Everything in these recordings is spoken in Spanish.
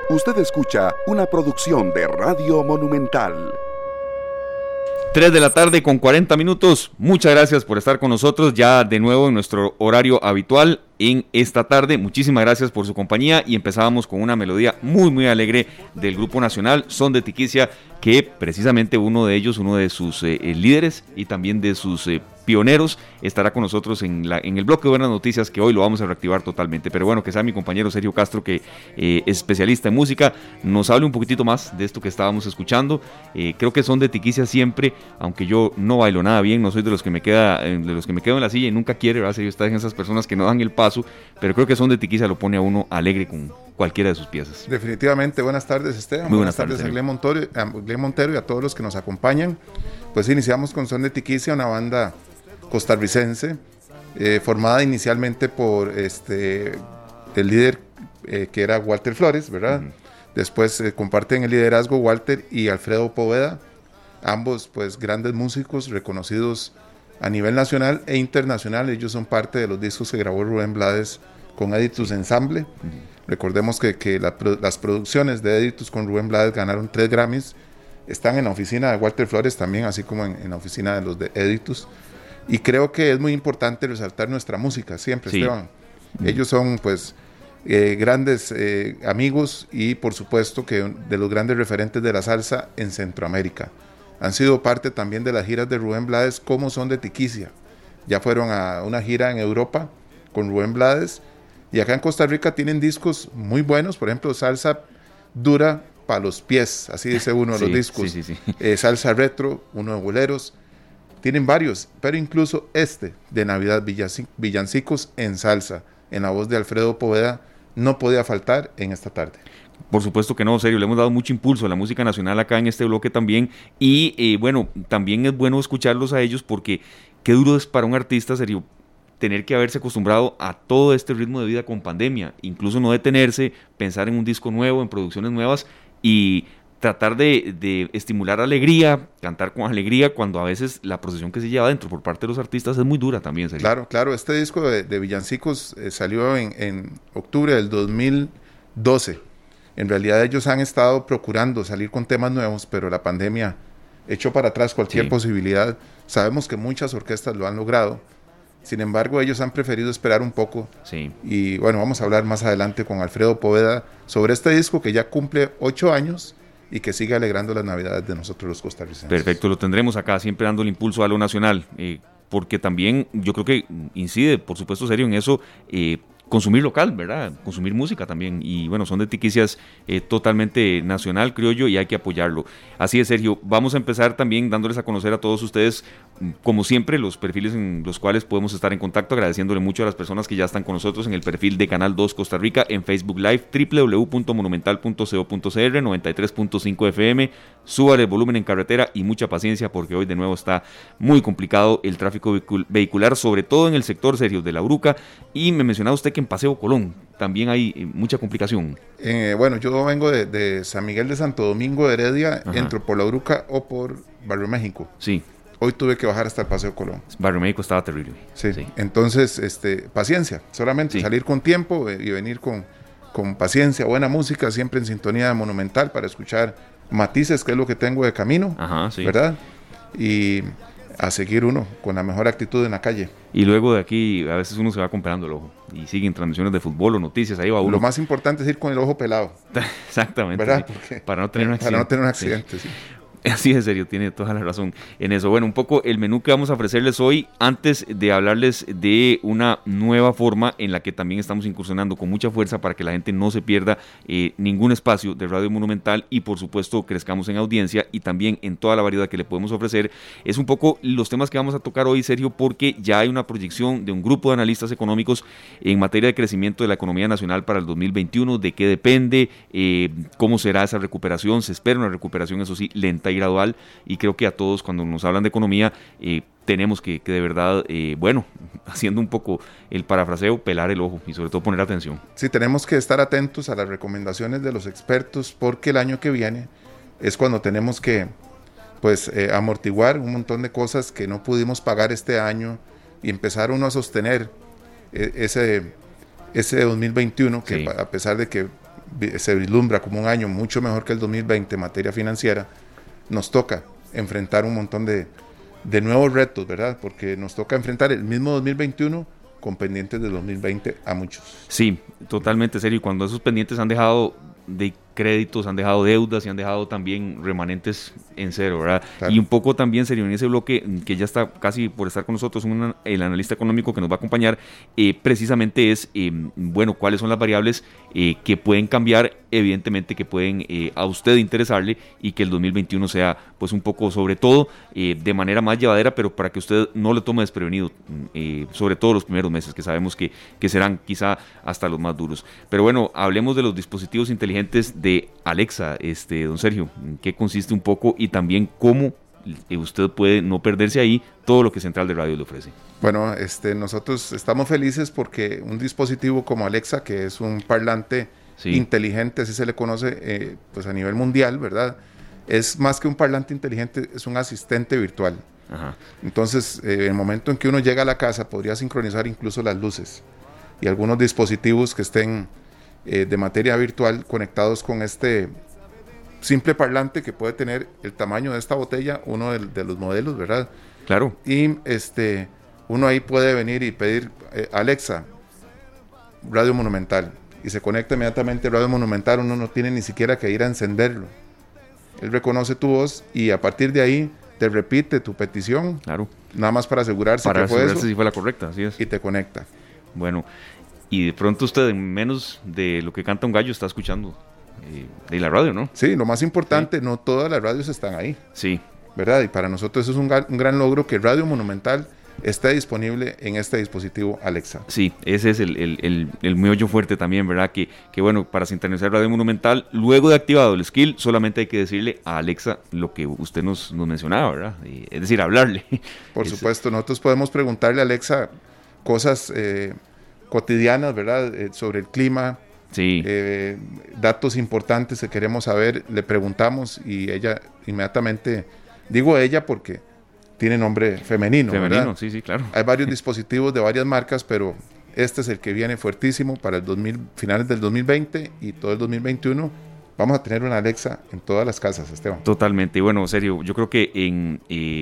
Usted escucha una producción de Radio Monumental. 3 de la tarde con 40 minutos. Muchas gracias por estar con nosotros ya de nuevo en nuestro horario habitual en esta tarde. Muchísimas gracias por su compañía y empezábamos con una melodía muy alegre del Grupo Nacional, Son de Tiquicia, que precisamente uno de ellos, uno de sus líderes y también de sus pioneros, estará con nosotros en el bloque de buenas noticias, que hoy lo vamos a reactivar totalmente. Pero bueno, que sea mi compañero Sergio Castro, que es especialista en música, nos hable un poquitito más de esto que estábamos escuchando. Creo que Son de Tiquicia siempre, aunque yo no bailo nada bien, no soy de los que me quedo en la silla y nunca quiere, ¿verdad? Sergio está en esas personas que no dan el paso, pero creo que Son de Tiquicia lo pone a uno alegre con cualquiera de sus piezas. Definitivamente. Buenas tardes, Esteban. Muy buenas tardes a Glenn Montero y a todos los que nos acompañan. Pues iniciamos con Son de Tiquicia, una banda costarricense, formada inicialmente por el líder que era Walter Flores, ¿verdad? Uh-huh. Después comparten el liderazgo Walter y Alfredo Poveda, ambos pues grandes músicos reconocidos a nivel nacional e internacional. Ellos son parte de los discos que grabó Rubén Blades con Editus Ensemble. Uh-huh. Recordemos que las producciones de Editus con Rubén Blades ganaron 3 Grammys, están en la oficina de Walter Flores también, así como en la oficina de los de Editus. Y creo que es muy importante resaltar nuestra música siempre, sí. Esteban. Ellos son pues grandes amigos y por supuesto que de los grandes referentes de la salsa en Centroamérica. Han sido parte también de las giras de Rubén Blades, como Son de Tiquicia. Ya fueron a una gira en Europa con Rubén Blades, y acá en Costa Rica tienen discos muy buenos, por ejemplo, Salsa Dura para los Pies, así dice uno de los discos. Sí. Salsa Retro, uno de boleros. Tienen varios, pero incluso de Navidad, Villancicos en Salsa, en la voz de Alfredo Poveda, no podía faltar en esta tarde. Por supuesto que no, Sergio, le hemos dado mucho impulso a la música nacional acá en este bloque también, y bueno, también es bueno escucharlos a ellos, porque qué duro es para un artista, Sergio, tener que haberse acostumbrado a todo este ritmo de vida con pandemia, incluso no detenerse, pensar en un disco nuevo, en producciones nuevas, y tratar de estimular alegría, cantar con alegría, cuando a veces la procesión que se lleva adentro por parte de los artistas es muy dura también, Sergio. Claro, este disco de Villancicos salió en octubre del 2012. En realidad ellos han estado procurando salir con temas nuevos, pero la pandemia echó para atrás cualquier posibilidad. Sabemos que muchas orquestas lo han logrado, sin embargo ellos han preferido esperar un poco. Sí. Y bueno, vamos a hablar más adelante con Alfredo Poveda sobre este disco que ya cumple 8 años y que sigue alegrando las navidades de nosotros los costarricenses. Perfecto, lo tendremos acá, siempre dando el impulso a lo nacional, porque también yo creo que incide, por supuesto, Sergio, en eso, consumir local, ¿verdad? Consumir música también, y bueno, Son de Tiquicias totalmente nacional, criollo, y hay que apoyarlo. Así es, Sergio, vamos a empezar también dándoles a conocer a todos ustedes, como siempre, los perfiles en los cuales podemos estar en contacto, agradeciéndole mucho a las personas que ya están con nosotros en el perfil de Canal 2 Costa Rica, en Facebook Live, www.monumental.co.cr, 93.5 FM, súbale el volumen en carretera y mucha paciencia, porque hoy de nuevo está muy complicado el tráfico vehicular, sobre todo en el sector, Sergio, de La Uruca, y me mencionaba usted que en Paseo Colón también hay mucha complicación. Bueno, yo vengo de San Miguel de Santo Domingo de Heredia. Ajá. Entro por La Uruca o por Barrio México. Sí. Hoy tuve que bajar hasta el Paseo Colón. Barrio México estaba terrible. Sí. Entonces, paciencia, solamente salir con tiempo y venir con paciencia, buena música, siempre en sintonía Monumental para escuchar matices, que es lo que tengo de camino. Ajá, sí. ¿Verdad? Y a seguir uno con la mejor actitud en la calle. Y luego de aquí, a veces uno se va comprando el ojo y siguen transmisiones de fútbol o noticias, ahí va uno. Lo más importante es ir con el ojo pelado. Exactamente. ¿Verdad? Sí, para no tener un accidente. Para no tener un accidente, sí. Así es, Sergio, tiene toda la razón en eso. Bueno, un poco el menú que vamos a ofrecerles hoy, antes de hablarles de una nueva forma en la que también estamos incursionando con mucha fuerza para que la gente no se pierda ningún espacio de Radio Monumental y por supuesto crezcamos en audiencia y también en toda la variedad que le podemos ofrecer, es un poco los temas que vamos a tocar hoy, Sergio, porque ya hay una proyección de un grupo de analistas económicos en materia de crecimiento de la economía nacional para el 2021, de qué depende, cómo será esa recuperación. Se espera una recuperación, eso sí, lenta y gradual, y creo que a todos cuando nos hablan de economía tenemos que de verdad, haciendo un poco el parafraseo, pelar el ojo y sobre todo poner atención. Sí, tenemos que estar atentos a las recomendaciones de los expertos, porque el año que viene es cuando tenemos que amortiguar un montón de cosas que no pudimos pagar este año y empezar uno a sostener ese 2021 que sí, a pesar de que se vislumbra como un año mucho mejor que el 2020 en materia financiera, nos toca enfrentar un montón de nuevos retos, ¿verdad? Porque nos toca enfrentar el mismo 2021 con pendientes del 2020 a muchos. Sí, totalmente serio. Y cuando esos pendientes han dejado de créditos, han dejado deudas y han dejado también remanentes en cero, ¿verdad? Claro. Y un poco también, serio, en ese bloque que ya está casi por estar con nosotros, el analista económico que nos va a acompañar, precisamente es, bueno, cuáles son las variables que pueden cambiar, evidentemente que pueden a usted interesarle y que el 2021 sea, pues un poco, sobre todo, de manera más llevadera, pero para que usted no lo tome desprevenido, sobre todo los primeros meses, que sabemos que serán quizá hasta los más duros. Pero bueno, hablemos de los dispositivos inteligentes de Alexa, don Sergio, ¿en qué consiste un poco y también cómo usted puede no perderse ahí todo lo que Central de Radio le ofrece? Bueno, nosotros estamos felices porque un dispositivo como Alexa, que es un parlante inteligente, así se le conoce pues a nivel mundial, ¿verdad? Es más que un parlante inteligente, es un asistente virtual. Ajá. Entonces, en el momento en que uno llega a la casa, podría sincronizar incluso las luces y algunos dispositivos que estén de materia virtual conectados con este simple parlante que puede tener el tamaño de esta botella, uno de los modelos, ¿verdad? Claro. Y uno ahí puede venir y pedir Alexa, Radio Monumental, y se conecta inmediatamente Radio Monumental, uno no tiene ni siquiera que ir a encenderlo. Él reconoce tu voz y a partir de ahí te repite tu petición. Claro. Nada más para asegurarse que fue eso. Si fue la correcta, así es. Y te conecta. Bueno, y de pronto usted en menos de lo que canta un gallo está escuchando de la radio, ¿no? Sí, lo más importante, no todas las radios están ahí. Sí. ¿Verdad? Y para nosotros eso es un gran logro que Radio Monumental esté disponible en este dispositivo Alexa. Sí, ese es el meollo fuerte también, ¿verdad? Que bueno, para sintonizar Radio Monumental, luego de activado el skill, solamente hay que decirle a Alexa lo que usted nos mencionaba, ¿verdad? Es decir, hablarle. Por supuesto, nosotros podemos preguntarle a Alexa cosas cotidianas, ¿verdad? Sobre el clima, sí. Datos importantes que queremos saber, le preguntamos y ella inmediatamente, digo ella porque tiene nombre femenino, ¿verdad? Sí, claro. Hay varios dispositivos de varias marcas, pero este es el que viene fuertísimo para finales del 2020 y todo el 2021. Vamos a tener una Alexa en todas las casas, Esteban. Totalmente. Bueno, en serio, yo creo que en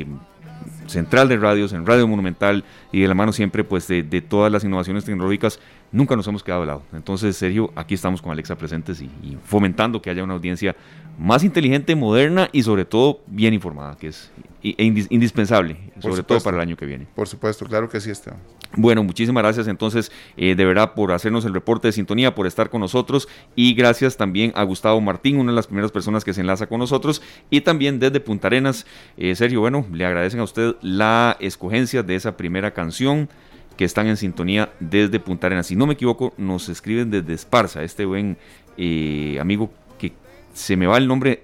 Central de Radios, en Radio Monumental y de la mano siempre pues de todas las innovaciones tecnológicas, nunca nos hemos quedado de lado. Entonces, Sergio, aquí estamos con Alexa presentes y fomentando que haya una audiencia más inteligente, moderna y sobre todo bien informada, que es indispensable, sobre todo para el año que viene. Por supuesto, claro que sí, Esteban. Bueno, muchísimas gracias entonces de verdad por hacernos el reporte de sintonía, por estar con nosotros y gracias también a Gustavo Martín, una de las primeras personas que se enlaza con nosotros y también desde Punta Arenas. Sergio, bueno, le agradecen a usted la escogencia de esa primera canción que están en sintonía desde Punta Arenas. Si no me equivoco, nos escriben desde Esparza, este buen amigo que se me va el nombre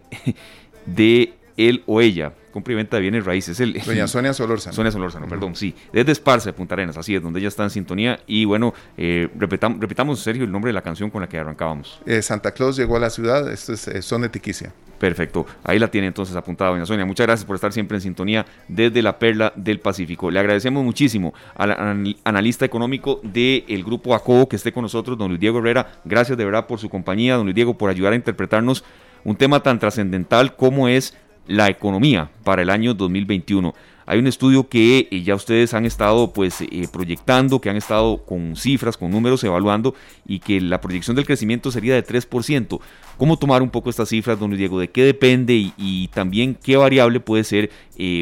de él o ella, compra y venta de bienes raíces. Doña Sonia Solórzano. Sonia Solórzano, perdón, sí. Desde Esparza, de Punta Arenas, así es, donde ella está en sintonía. Y bueno, repitamos, Sergio, el nombre de la canción con la que arrancábamos. Santa Claus llegó a la ciudad, esto es Son de Tiquicia. Perfecto, ahí la tiene entonces apuntada doña Sonia. Muchas gracias por estar siempre en sintonía desde la Perla del Pacífico. Le agradecemos muchísimo al analista económico del Grupo ACOBO que esté con nosotros, don Luis Diego Herrera. Gracias de verdad por su compañía, don Luis Diego, por ayudar a interpretarnos un tema tan trascendental como es la economía para el año 2021. Hay un estudio que ya ustedes han estado proyectando, que han estado con cifras, con números evaluando y que la proyección del crecimiento sería de 3%. ¿Cómo tomar un poco estas cifras, don Luis Diego? ¿De qué depende y también qué variable puede ser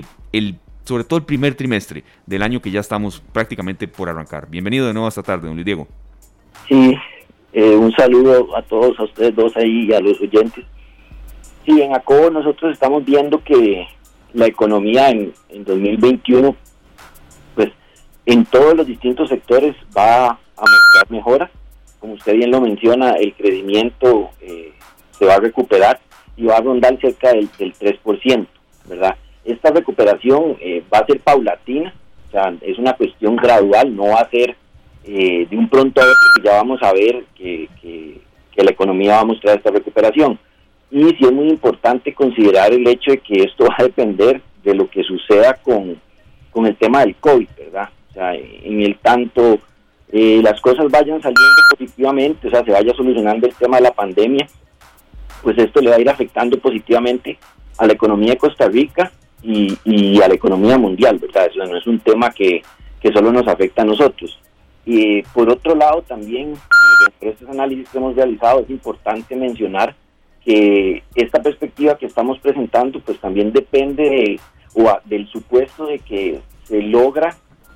sobre todo el primer trimestre del año que ya estamos prácticamente por arrancar? Bienvenido de nuevo esta tarde, don Luis Diego. Sí, un saludo a todos, a ustedes dos ahí y a los oyentes. Sí, en ACOBO nosotros estamos viendo que la economía en 2021, pues en todos los distintos sectores va a mostrar mejora. Como usted bien lo menciona, el crecimiento se va a recuperar y va a rondar cerca del 3%, ¿verdad? Esta recuperación va a ser paulatina, o sea, es una cuestión gradual, no va a ser de un pronto a otro que ya vamos a ver que la economía va a mostrar esta recuperación. Y sí es muy importante considerar el hecho de que esto va a depender de lo que suceda con el tema del COVID, ¿verdad? O sea, en el tanto las cosas vayan saliendo positivamente, o sea, se vaya solucionando el tema de la pandemia, pues esto le va a ir afectando positivamente a la economía de Costa Rica y a la economía mundial, ¿verdad? Eso no es un tema que solo nos afecta a nosotros. Y por otro lado también, dentro de estos análisis que hemos realizado, es importante mencionar que esta perspectiva que estamos presentando pues también depende del supuesto de que se logra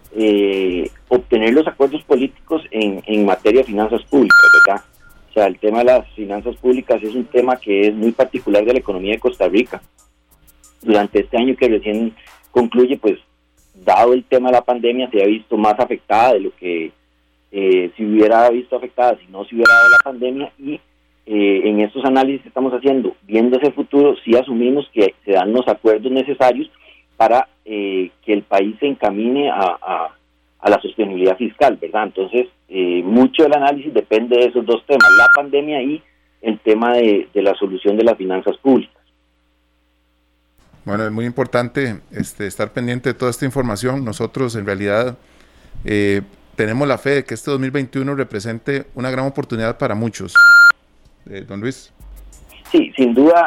obtener los acuerdos políticos en materia de finanzas públicas, ¿verdad? O sea, el tema de las finanzas públicas es un tema que es muy particular de la economía de Costa Rica. Durante este año que recién concluye, pues dado el tema de la pandemia, se ha visto más afectada de lo que se hubiera visto afectada si no se hubiera dado la pandemia, y en estos análisis que estamos haciendo, viendo ese futuro, sí asumimos que se dan los acuerdos necesarios para que el país se encamine a la sostenibilidad fiscal, ¿verdad? Entonces, mucho del análisis depende de esos dos temas, la pandemia y el tema de la solución de las finanzas públicas. Bueno, es muy importante estar pendiente de toda esta información. Nosotros, en realidad, tenemos la fe de que este 2021 represente una gran oportunidad para muchos. Don Luis. Sí, sin duda,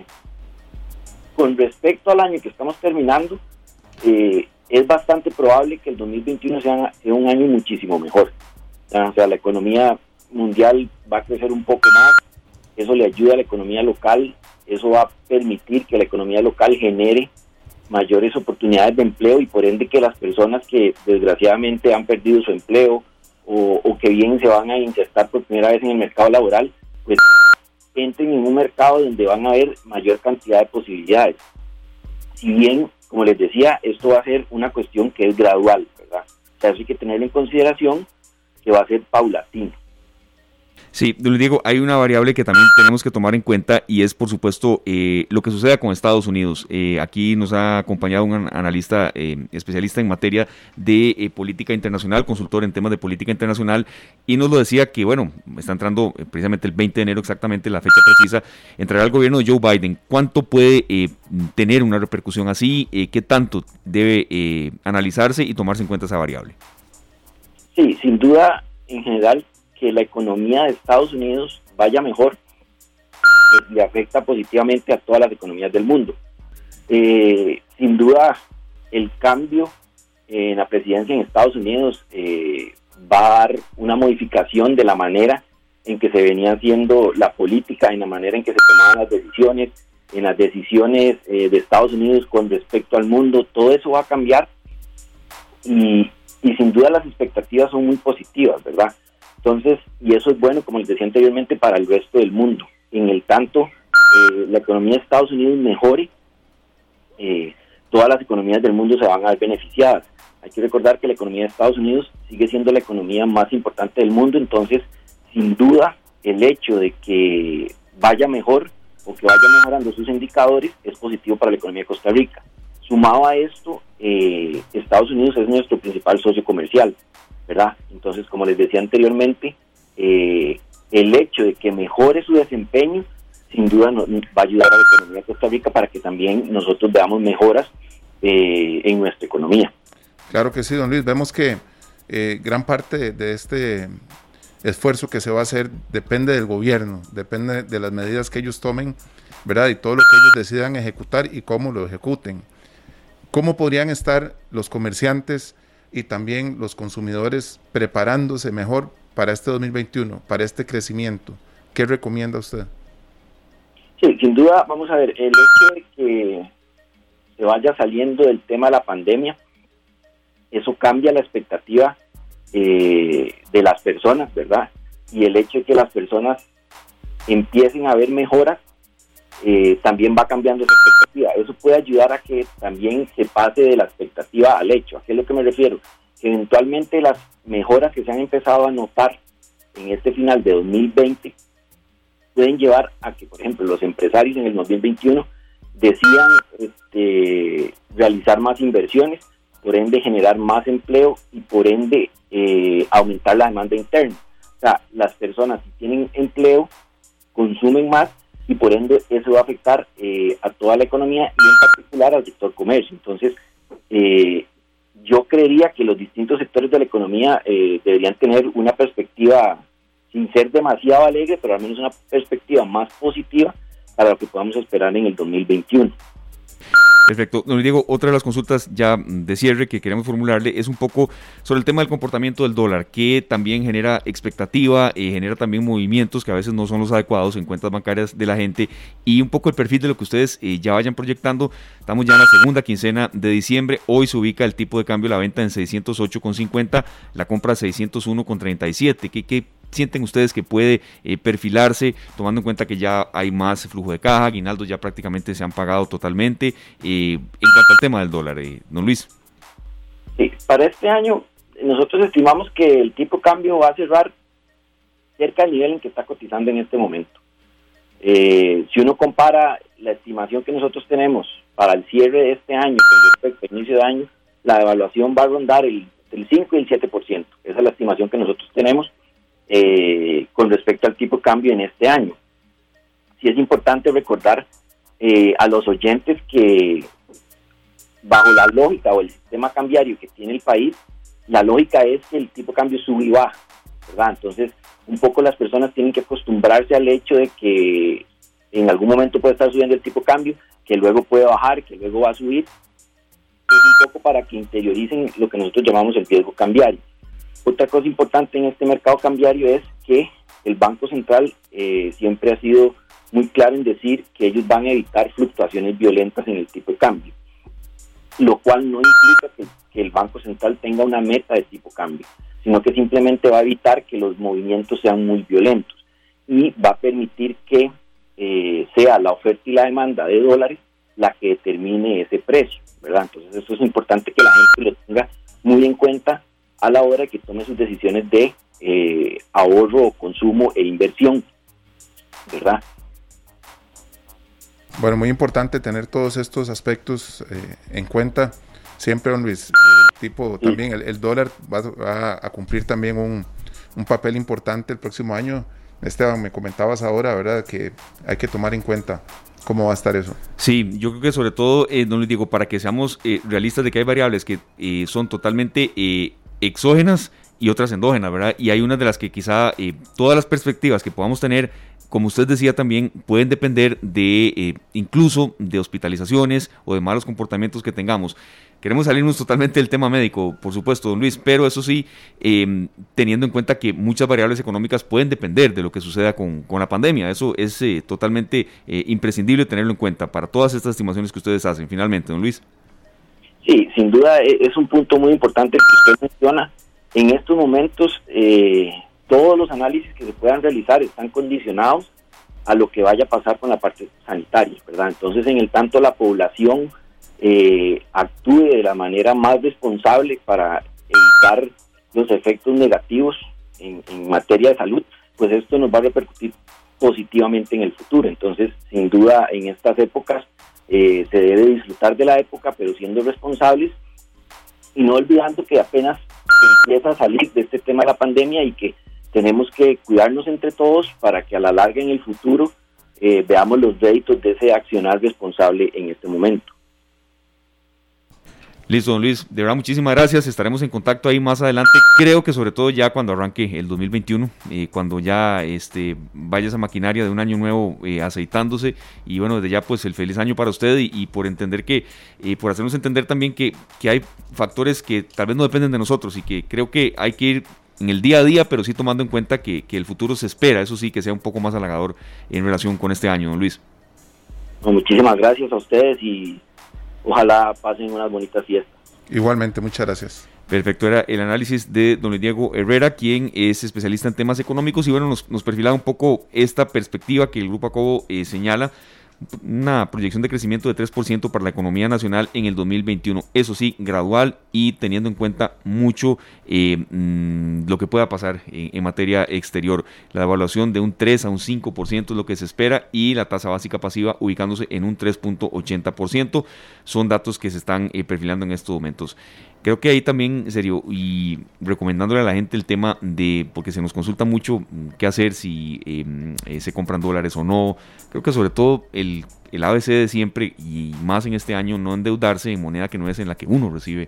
con respecto al año que estamos terminando, es bastante probable que el 2021 sea un año muchísimo mejor. O sea, la economía mundial va a crecer un poco más, eso le ayuda a la economía local, eso va a permitir que la economía local genere mayores oportunidades de empleo y por ende que las personas que desgraciadamente han perdido su empleo o que bien se van a insertar por primera vez en el mercado laboral, pues entren en un mercado donde van a haber mayor cantidad de posibilidades. Si bien, como les decía, esto va a ser una cuestión que es gradual, ¿verdad? O sea, eso hay que tenerlo en consideración, que va a ser paulatino. Sí, don Diego, hay una variable que también tenemos que tomar en cuenta y es, por supuesto, lo que suceda con Estados Unidos. Aquí nos ha acompañado un analista especialista en materia de política internacional, consultor en temas de política internacional, y nos lo decía que, bueno, está entrando precisamente el 20 de enero, exactamente la fecha precisa, entrará el gobierno de Joe Biden. ¿Cuánto puede tener una repercusión así? ¿Qué tanto debe analizarse y tomarse en cuenta esa variable? Sí, sin duda, en general, que la economía de Estados Unidos vaya mejor, pues le afecta positivamente a todas las economías del mundo. Sin duda, el cambio en la presidencia en Estados Unidos va a dar una modificación de la manera en que se venía haciendo la política, en la manera en que se tomaban las decisiones, en las decisiones de Estados Unidos con respecto al mundo. Todo eso va a cambiar y sin duda las expectativas son muy positivas, ¿verdad? Entonces, y eso es bueno, como les decía anteriormente, para el resto del mundo. En el tanto, la economía de Estados Unidos mejore, todas las economías del mundo se van a ver beneficiadas. Hay que recordar que la economía de Estados Unidos sigue siendo la economía más importante del mundo, entonces, sin duda, el hecho de que vaya mejor o que vaya mejorando sus indicadores es positivo para la economía de Costa Rica. Sumado a esto, Estados Unidos es nuestro principal socio comercial, ¿verdad? Entonces, como les decía anteriormente, el hecho de que mejore su desempeño, sin duda va a ayudar a la economía de Costa Rica para que también nosotros veamos mejoras en nuestra economía. Claro que sí, don Luis. Vemos que gran parte de este esfuerzo que se va a hacer depende del gobierno, depende de las medidas que ellos tomen, ¿verdad? Y todo lo que ellos decidan ejecutar y cómo lo ejecuten. ¿Cómo podrían estar los comerciantes y también los consumidores preparándose mejor para este 2021, para este crecimiento? ¿Qué recomienda usted? Sí, sin duda, vamos a ver, el hecho de que se vaya saliendo del tema de la pandemia, eso cambia la expectativa de las personas, ¿verdad? Y el hecho de que las personas empiecen a ver mejoras, también va cambiando esa expectativa. Eso puede ayudar a que también se pase de la expectativa al hecho. ¿A qué es lo que me refiero? Que eventualmente las mejoras que se han empezado a notar en este final de 2020 pueden llevar a que, por ejemplo, los empresarios en el 2021 decidan realizar más inversiones, por ende generar más empleo y por ende aumentar la demanda interna. O sea, las personas si tienen empleo consumen más y por ende eso va a afectar a toda la economía y en particular al sector comercio. Entonces, yo creería que los distintos sectores de la economía deberían tener una perspectiva, sin ser demasiado alegre, pero al menos una perspectiva más positiva para lo que podamos esperar en el 2021. Perfecto. Don Diego, otra de las consultas ya de cierre que queremos formularle es un poco sobre el tema del comportamiento del dólar, que también genera expectativa, genera también movimientos que a veces no son los adecuados en cuentas bancarias de la gente, y un poco el perfil de lo que ustedes ya vayan proyectando. Estamos ya en la segunda quincena de diciembre. Hoy se ubica el tipo de cambio, la venta en 608,50, la compra 601,37. ¿Qué sienten ustedes que puede perfilarse, tomando en cuenta que ya hay más flujo de caja, aguinaldos ya prácticamente se han pagado totalmente? En cuanto al tema del dólar, don Luis. Sí, para este año nosotros estimamos que el tipo de cambio va a cerrar cerca del nivel en que está cotizando en este momento. Si uno compara la estimación que nosotros tenemos para el cierre de este año con respecto al inicio de año, la devaluación va a rondar el 5 y el 7%. Esa es la estimación que nosotros tenemos con respecto al tipo de cambio en este año. Sí es importante recordar a los oyentes que bajo la lógica o el sistema cambiario que tiene el país, la lógica es que el tipo de cambio sube y baja, ¿verdad? Entonces, un poco las personas tienen que acostumbrarse al hecho de que en algún momento puede estar subiendo el tipo de cambio, que luego puede bajar, que luego va a subir. Es un poco para que interioricen lo que nosotros llamamos el riesgo cambiario. Otra cosa importante en este mercado cambiario es que el Banco Central siempre ha sido muy claro en decir que ellos van a evitar fluctuaciones violentas en el tipo de cambio, lo cual no implica que el Banco Central tenga una meta de tipo de cambio, sino que simplemente va a evitar que los movimientos sean muy violentos y va a permitir que sea la oferta y la demanda de dólares la que determine ese precio, ¿verdad? Entonces eso es importante que la gente lo tenga muy en cuenta a la hora de que tome sus decisiones de ahorro, consumo e inversión, ¿verdad? Bueno, muy importante tener todos estos aspectos en cuenta. Siempre, don Luis, el tipo también, el dólar va a cumplir también un papel importante el próximo año. Esteban, me comentabas ahora, ¿verdad?, que hay que tomar en cuenta cómo va a estar eso. Sí, yo creo que sobre todo, don Luis Diego, para que seamos realistas de que hay variables que son totalmente exógenas y otras endógenas, ¿verdad? Y hay unas de las que quizá todas las perspectivas que podamos tener, como usted decía también, pueden depender de incluso de hospitalizaciones o de malos comportamientos que tengamos. Queremos salirnos totalmente del tema médico, por supuesto, don Luis, pero eso sí, teniendo en cuenta que muchas variables económicas pueden depender de lo que suceda con la pandemia. Eso es totalmente imprescindible tenerlo en cuenta para todas estas estimaciones que ustedes hacen, finalmente, don Luis. Sí, sin duda es un punto muy importante que usted menciona. En estos momentos, todos los análisis que se puedan realizar están condicionados a lo que vaya a pasar con la parte sanitaria, ¿verdad? Entonces, en el tanto la población actúe de la manera más responsable para evitar los efectos negativos en materia de salud, pues esto nos va a repercutir positivamente en el futuro. Entonces, sin duda, en estas épocas se debe disfrutar de la época, pero siendo responsables y no olvidando que apenas se empieza a salir de este tema de la pandemia y que tenemos que cuidarnos entre todos para que a la larga en el futuro veamos los réditos de ese accionar responsable en este momento. Listo, don Luis, de verdad muchísimas gracias, estaremos en contacto ahí más adelante, creo que sobre todo ya cuando arranque el 2021, cuando ya vaya esa maquinaria de un año nuevo aceitándose, y bueno, desde ya pues el feliz año para usted y por entender por hacernos entender también que hay factores que tal vez no dependen de nosotros y que creo que hay que ir en el día a día, pero sí tomando en cuenta que el futuro se espera, eso sí, que sea un poco más halagador en relación con este año, don Luis. Bueno, muchísimas gracias a ustedes y ojalá pasen unas bonitas fiestas. Igualmente, muchas gracias. Perfecto, era el análisis de don Luis Diego Herrera, quien es especialista en temas económicos y bueno, nos perfilaba un poco esta perspectiva que el Grupo Acobo señala, una proyección de crecimiento de 3% para la economía nacional en el 2021, eso sí, gradual y teniendo en cuenta mucho lo que pueda pasar en materia exterior. La devaluación de un 3 a un 5% es lo que se espera y la tasa básica pasiva ubicándose en un 3.80%, son datos que se están perfilando en estos momentos. Creo que ahí también, en serio, y recomendándole a la gente el tema porque se nos consulta mucho qué hacer si se compran dólares o no. Creo que sobre todo el el ABC de siempre, y más en este año, no endeudarse en moneda que no es en la que uno recibe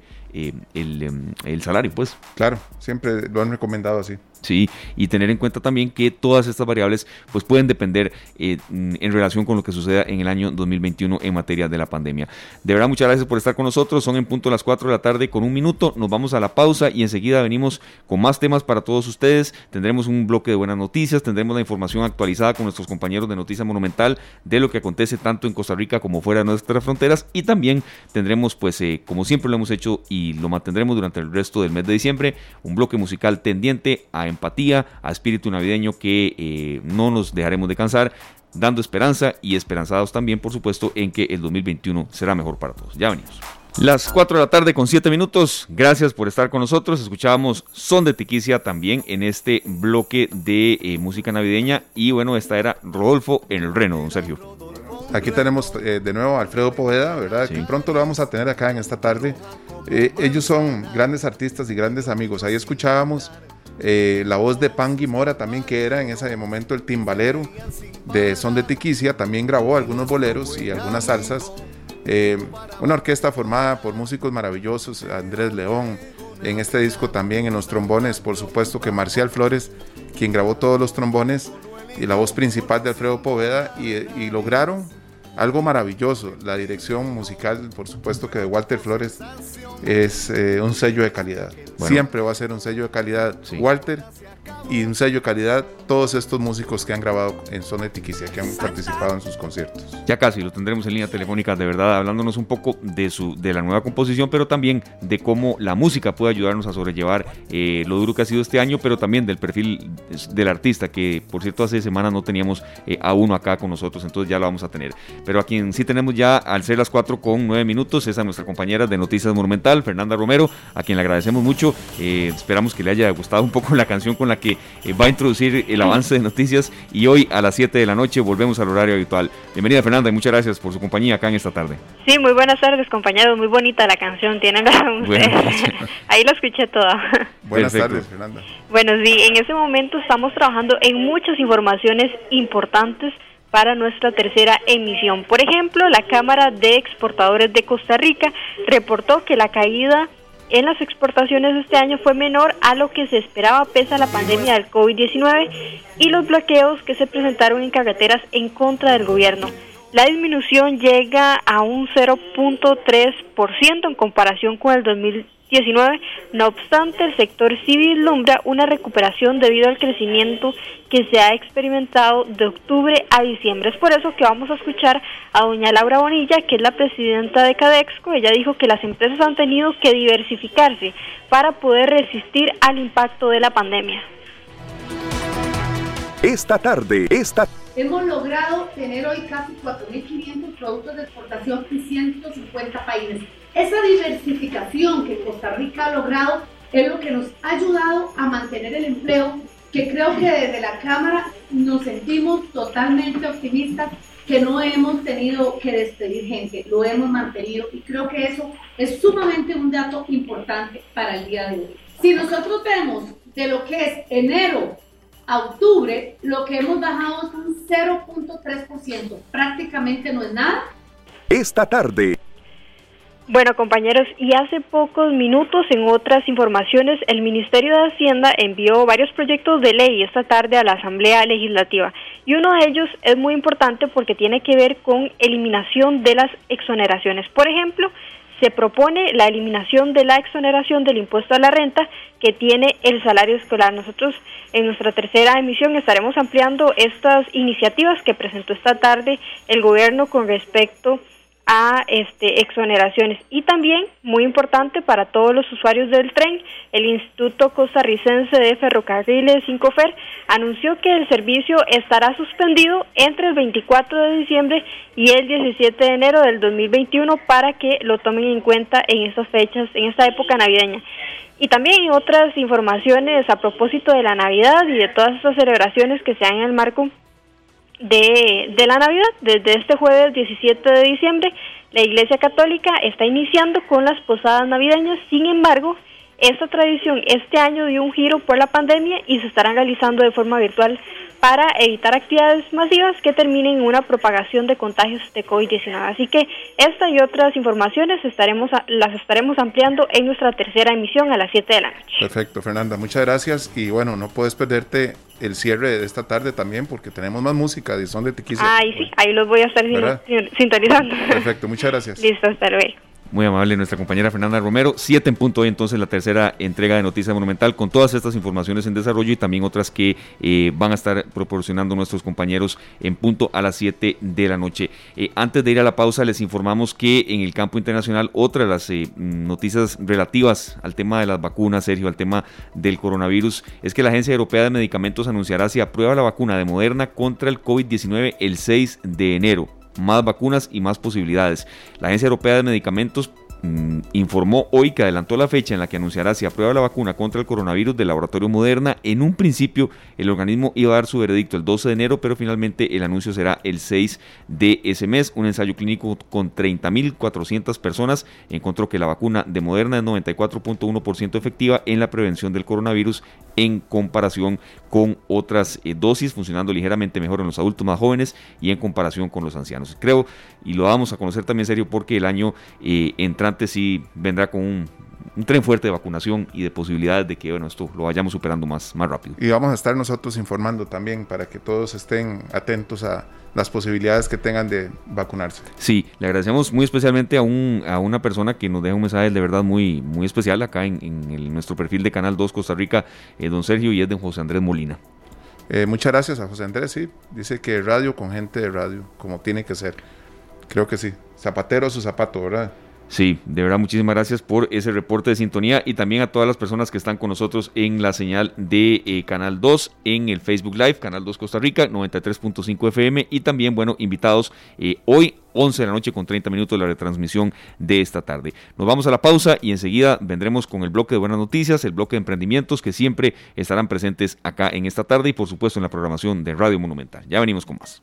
el salario, pues. Claro, siempre lo han recomendado así. Sí, y tener en cuenta también que todas estas variables pues pueden depender en relación con lo que suceda en el año 2021 en materia de la pandemia. De verdad, muchas gracias por estar con nosotros. Son en punto las 4 de la tarde con 1 minuto. Nos vamos a la pausa y enseguida venimos con más temas para todos ustedes. Tendremos un bloque de buenas noticias, tendremos la información actualizada con nuestros compañeros de Noticia Monumental de lo que acontece tanto en Costa Rica como fuera de nuestras fronteras, y también tendremos, pues como siempre lo hemos hecho y lo mantendremos durante el resto del mes de diciembre, un bloque musical tendiente a empatía, a espíritu navideño que no nos dejaremos de cansar, dando esperanza y esperanzados también, por supuesto, en que el 2021 será mejor para todos. Ya venimos. Las 4 de la tarde con 7 minutos. Gracias por estar con nosotros. Escuchábamos Son de Tiquicia también en este bloque de música navideña. Y bueno, esta era Rodolfo en el Reno, don Sergio. Aquí tenemos de nuevo a Alfredo Poveda, ¿verdad? Sí. Que pronto lo vamos a tener acá en esta tarde. Ellos son grandes artistas y grandes amigos. Ahí escuchábamos la voz de Pangui Mora también, que era en ese momento el timbalero de Son de Tiquicia. También grabó algunos boleros y algunas salsas. Una orquesta formada por músicos maravillosos, Andrés León, en este disco también en los trombones, por supuesto que Marcial Flores, quien grabó todos los trombones, y la voz principal de Alfredo Poveda, y lograron algo maravilloso. La dirección musical, por supuesto que de Walter Flores, es un sello de calidad. Bueno, siempre va a ser un sello de calidad, sí. Walter, y un sello de calidad todos estos músicos que han grabado en Son de Tiquicia, que han participado en sus conciertos. Ya casi lo tendremos en línea telefónica, de verdad, hablándonos un poco de la nueva composición, pero también de cómo la música puede ayudarnos a sobrellevar lo duro que ha sido este año, pero también del perfil del artista, que por cierto hace semanas no teníamos a uno acá con nosotros, entonces ya lo vamos a tener. Pero a quien sí tenemos ya, al ser las 4 con 9 minutos, es a nuestra compañera de Noticias Monumental, Fernanda Romero, a quien le agradecemos mucho. Esperamos que le haya gustado un poco la canción con la que va a introducir el avance de noticias, y hoy a las 7 de la noche volvemos al horario habitual. Bienvenida, Fernanda, y muchas gracias por su compañía acá en esta tarde. Sí, muy buenas tardes, compañeros, muy bonita la canción, tienen razón ustedes. Ahí lo escuché toda. Buenas tardes, Fernanda. Bueno, sí, en este momento estamos trabajando en muchas informaciones importantes para nuestra tercera emisión. Por ejemplo, la Cámara de Exportadores de Costa Rica reportó que la caída en las exportaciones de este año fue menor a lo que se esperaba pese a la pandemia del COVID-19 y los bloqueos que se presentaron en carreteras en contra del gobierno. La disminución llega a un 0.3% en comparación con el 2019. No obstante, el sector sí vislumbra una recuperación debido al crecimiento que se ha experimentado de octubre a diciembre. Es por eso que vamos a escuchar a doña Laura Bonilla, que es la presidenta de Cadexco. Ella dijo que las empresas han tenido que diversificarse para poder resistir al impacto de la pandemia. Esta tarde, hemos logrado tener hoy casi 4.500 productos de exportación y 150 países. Esa diversificación que Costa Rica ha logrado es lo que nos ha ayudado a mantener el empleo, que creo que desde la Cámara nos sentimos totalmente optimistas, que no hemos tenido que despedir gente, lo hemos mantenido, y creo que eso es sumamente un dato importante para el día de hoy. Si nosotros vemos de lo que es enero a octubre, lo que hemos bajado es un 0.3%, prácticamente no es nada. Esta tarde. Bueno, compañeros, y hace pocos minutos, en otras informaciones, el Ministerio de Hacienda envió varios proyectos de ley esta tarde a la Asamblea Legislativa, y uno de ellos es muy importante porque tiene que ver con eliminación de las exoneraciones. Por ejemplo, se propone la eliminación de la exoneración del impuesto a la renta que tiene el salario escolar. Nosotros en nuestra tercera emisión estaremos ampliando estas iniciativas que presentó esta tarde el gobierno con respecto a exoneraciones. Y también, muy importante para todos los usuarios del tren, el Instituto Costarricense de Ferrocarriles, Incofer, anunció que el servicio estará suspendido entre el 24 de diciembre y el 17 de enero del 2021 para que lo tomen en cuenta en estas fechas, en esta época navideña. Y también en otras informaciones a propósito de la Navidad y de todas estas celebraciones que se dan en el marco de la Navidad. Desde este jueves 17 de diciembre, la Iglesia Católica está iniciando con las posadas navideñas. Sin embargo, esta tradición este año dio un giro por la pandemia y se estarán realizando de forma virtual para evitar actividades masivas que terminen en una propagación de contagios de COVID-19. Así que esta y otras informaciones las estaremos ampliando en nuestra tercera emisión a las 7 de la noche. Perfecto, Fernanda, muchas gracias. Y bueno, no puedes perderte el cierre de esta tarde también, porque tenemos más música de Son de Tiquicia. Sí, ahí los voy a estar sintonizando. Perfecto, muchas gracias. Listo, hasta luego. Muy amable nuestra compañera Fernanda Romero. 7 en punto hoy, entonces, la tercera entrega de Noticias Monumental con todas estas informaciones en desarrollo y también otras que van a estar proporcionando nuestros compañeros en punto a las 7 de la noche. Antes de ir a la pausa, les informamos que en el campo internacional, otra de las noticias relativas al tema de las vacunas, Sergio, al tema del coronavirus, es que la Agencia Europea de Medicamentos anunciará si aprueba la vacuna de Moderna contra el COVID-19 el 6 de enero. Más vacunas y más posibilidades. La Agencia Europea de Medicamentos informó hoy que adelantó la fecha en la que anunciará si aprueba la vacuna contra el coronavirus del laboratorio Moderna. En un principio, el organismo iba a dar su veredicto el 12 de enero, pero finalmente el anuncio será el 6 de ese mes. Un ensayo clínico con 30.400 personas encontró que la vacuna de Moderna es 94.1% efectiva en la prevención del coronavirus en comparación con otras dosis, funcionando ligeramente mejor en los adultos más jóvenes y en comparación con los ancianos. Creo, y lo vamos a conocer también, serio, porque el año entrante sí vendrá con un tren fuerte de vacunación y de posibilidades de que esto lo vayamos superando más rápido. Y vamos a estar nosotros informando también para que todos estén atentos a las posibilidades que tengan de vacunarse. Sí, le agradecemos muy especialmente a una persona que nos deja un mensaje de verdad muy, muy especial acá en nuestro perfil de Canal 2 Costa Rica, don Sergio, y es de José Andrés Molina. Muchas gracias a José Andrés, sí, dice que radio con gente de radio, como tiene que ser. Creo que sí, zapatero a su zapato, ¿verdad? Sí, de verdad, muchísimas gracias por ese reporte de sintonía y también a todas las personas que están con nosotros en la señal de Canal 2, en el Facebook Live, Canal 2 Costa Rica, 93.5 FM y también, invitados hoy, 11 de la noche con 30 minutos, la retransmisión de esta tarde. Nos vamos a la pausa y enseguida vendremos con el bloque de buenas noticias, el bloque de emprendimientos que siempre estarán presentes acá en esta tarde y por supuesto en la programación de Radio Monumental. Ya venimos con más.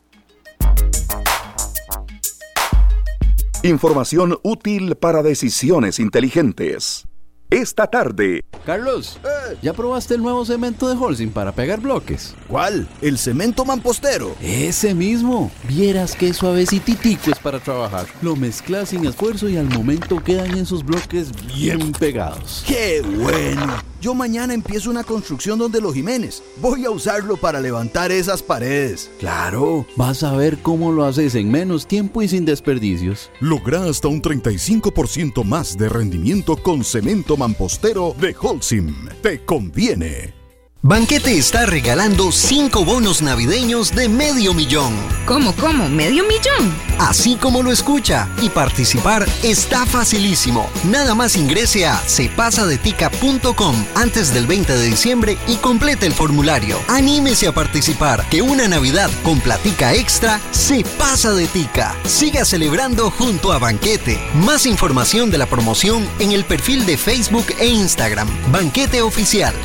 Información útil para decisiones inteligentes. Esta tarde. Carlos, ¿ya probaste el nuevo cemento de Holcim para pegar bloques? ¿Cuál? ¿El cemento Mampostero? Ese mismo. Vieras qué suavecititico es para trabajar. Lo mezclas sin esfuerzo y al momento quedan esos bloques bien pegados. ¡Qué bueno! Yo mañana empiezo una construcción donde los Jiménez. Voy a usarlo para levantar esas paredes. Claro, vas a ver cómo lo haces en menos tiempo y sin desperdicios. Logra hasta un 35% más de rendimiento con cemento Mampostero de Holcim. ¡Te conviene! Banquete está regalando 5 bonos navideños de $500,000. ¿Cómo? ¿$500,000? Así como lo escucha. Y participar está facilísimo. Nada más ingrese a sepasadetica.com antes del 20 de diciembre y complete el formulario. Anímese a participar, que una Navidad con platica extra se pasa de tica. Siga celebrando junto a Banquete. Más información de la promoción en el perfil de Facebook e Instagram. Banquete Oficial.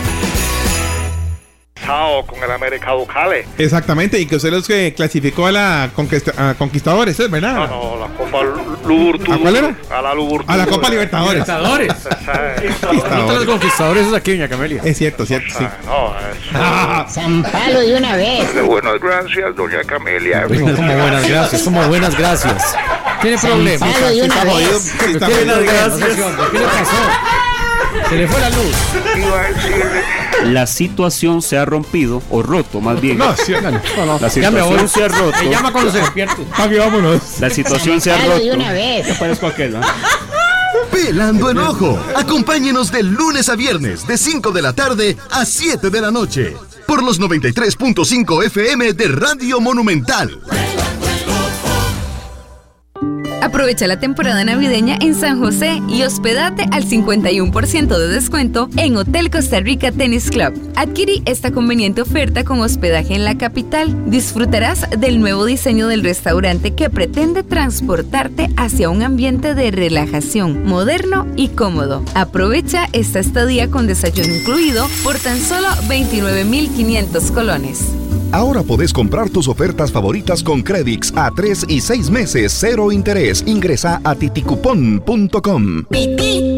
Con el América Ducale. Exactamente, y que usted los que clasificó a la Conquistadores, ¿es verdad? No, la Copa Luburtur. ¿A cuál era? A la Luburtur. A la Copa Libertadores. Los Conquistadores es aquí, doña Camelia. Es cierto, sí. No, San Palo de una vez. Buenas gracias, doña Camelia. Como buenas gracias. Tiene problemas. San Palo de una vez. Buenas gracias. ¿Qué le pasó? Se le fue la luz. La situación se ha rompido, o roto más bien. No. La situación se ha roto. Me llama cuando se despierte. Papi, vámonos. La situación se ha roto. De una vez. Ya parezco aquel, ¿no? Pelando en Ojo. Acompáñenos de lunes a viernes, de 5 de la tarde a 7 de la noche. Por los 93.5 FM de Radio Monumental. Aprovecha la temporada navideña en San José y hospedate al 51% de descuento en Hotel Costa Rica Tennis Club. Adquirí esta conveniente oferta con hospedaje en la capital. Disfrutarás del nuevo diseño del restaurante que pretende transportarte hacia un ambiente de relajación, moderno y cómodo. Aprovecha esta estadía con desayuno incluido por tan solo 29,500 colones. Ahora podés comprar tus ofertas favoritas con Credix a 3 y 6 meses, 0 interés. Ingresa a titicupon.com.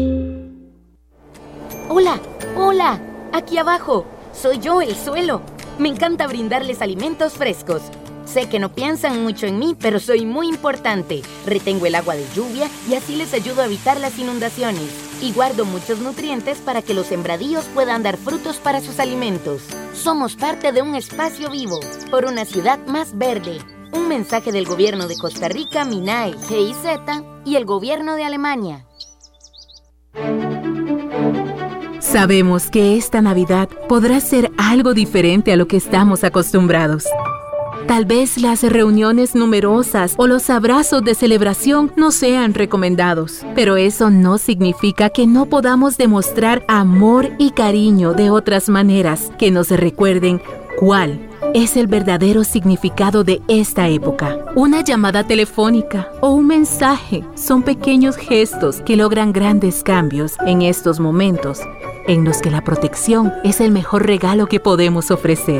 Hola, aquí abajo. Soy yo, el suelo. Me encanta brindarles alimentos frescos. Sé que no piensan mucho en mí, pero soy muy importante. Retengo el agua de lluvia y así les ayudo a evitar las inundaciones. Y guardo muchos nutrientes para que los sembradíos puedan dar frutos para sus alimentos. Somos parte de un espacio vivo, por una ciudad más verde. Un mensaje del gobierno de Costa Rica, MINAE, GIZ y el gobierno de Alemania. Sabemos que esta Navidad podrá ser algo diferente a lo que estamos acostumbrados. Tal vez las reuniones numerosas o los abrazos de celebración no sean recomendados, pero eso no significa que no podamos demostrar amor y cariño de otras maneras que nos recuerden cuál es el verdadero significado de esta época. Una llamada telefónica o un mensaje son pequeños gestos que logran grandes cambios en estos momentos en los que la protección es el mejor regalo que podemos ofrecer.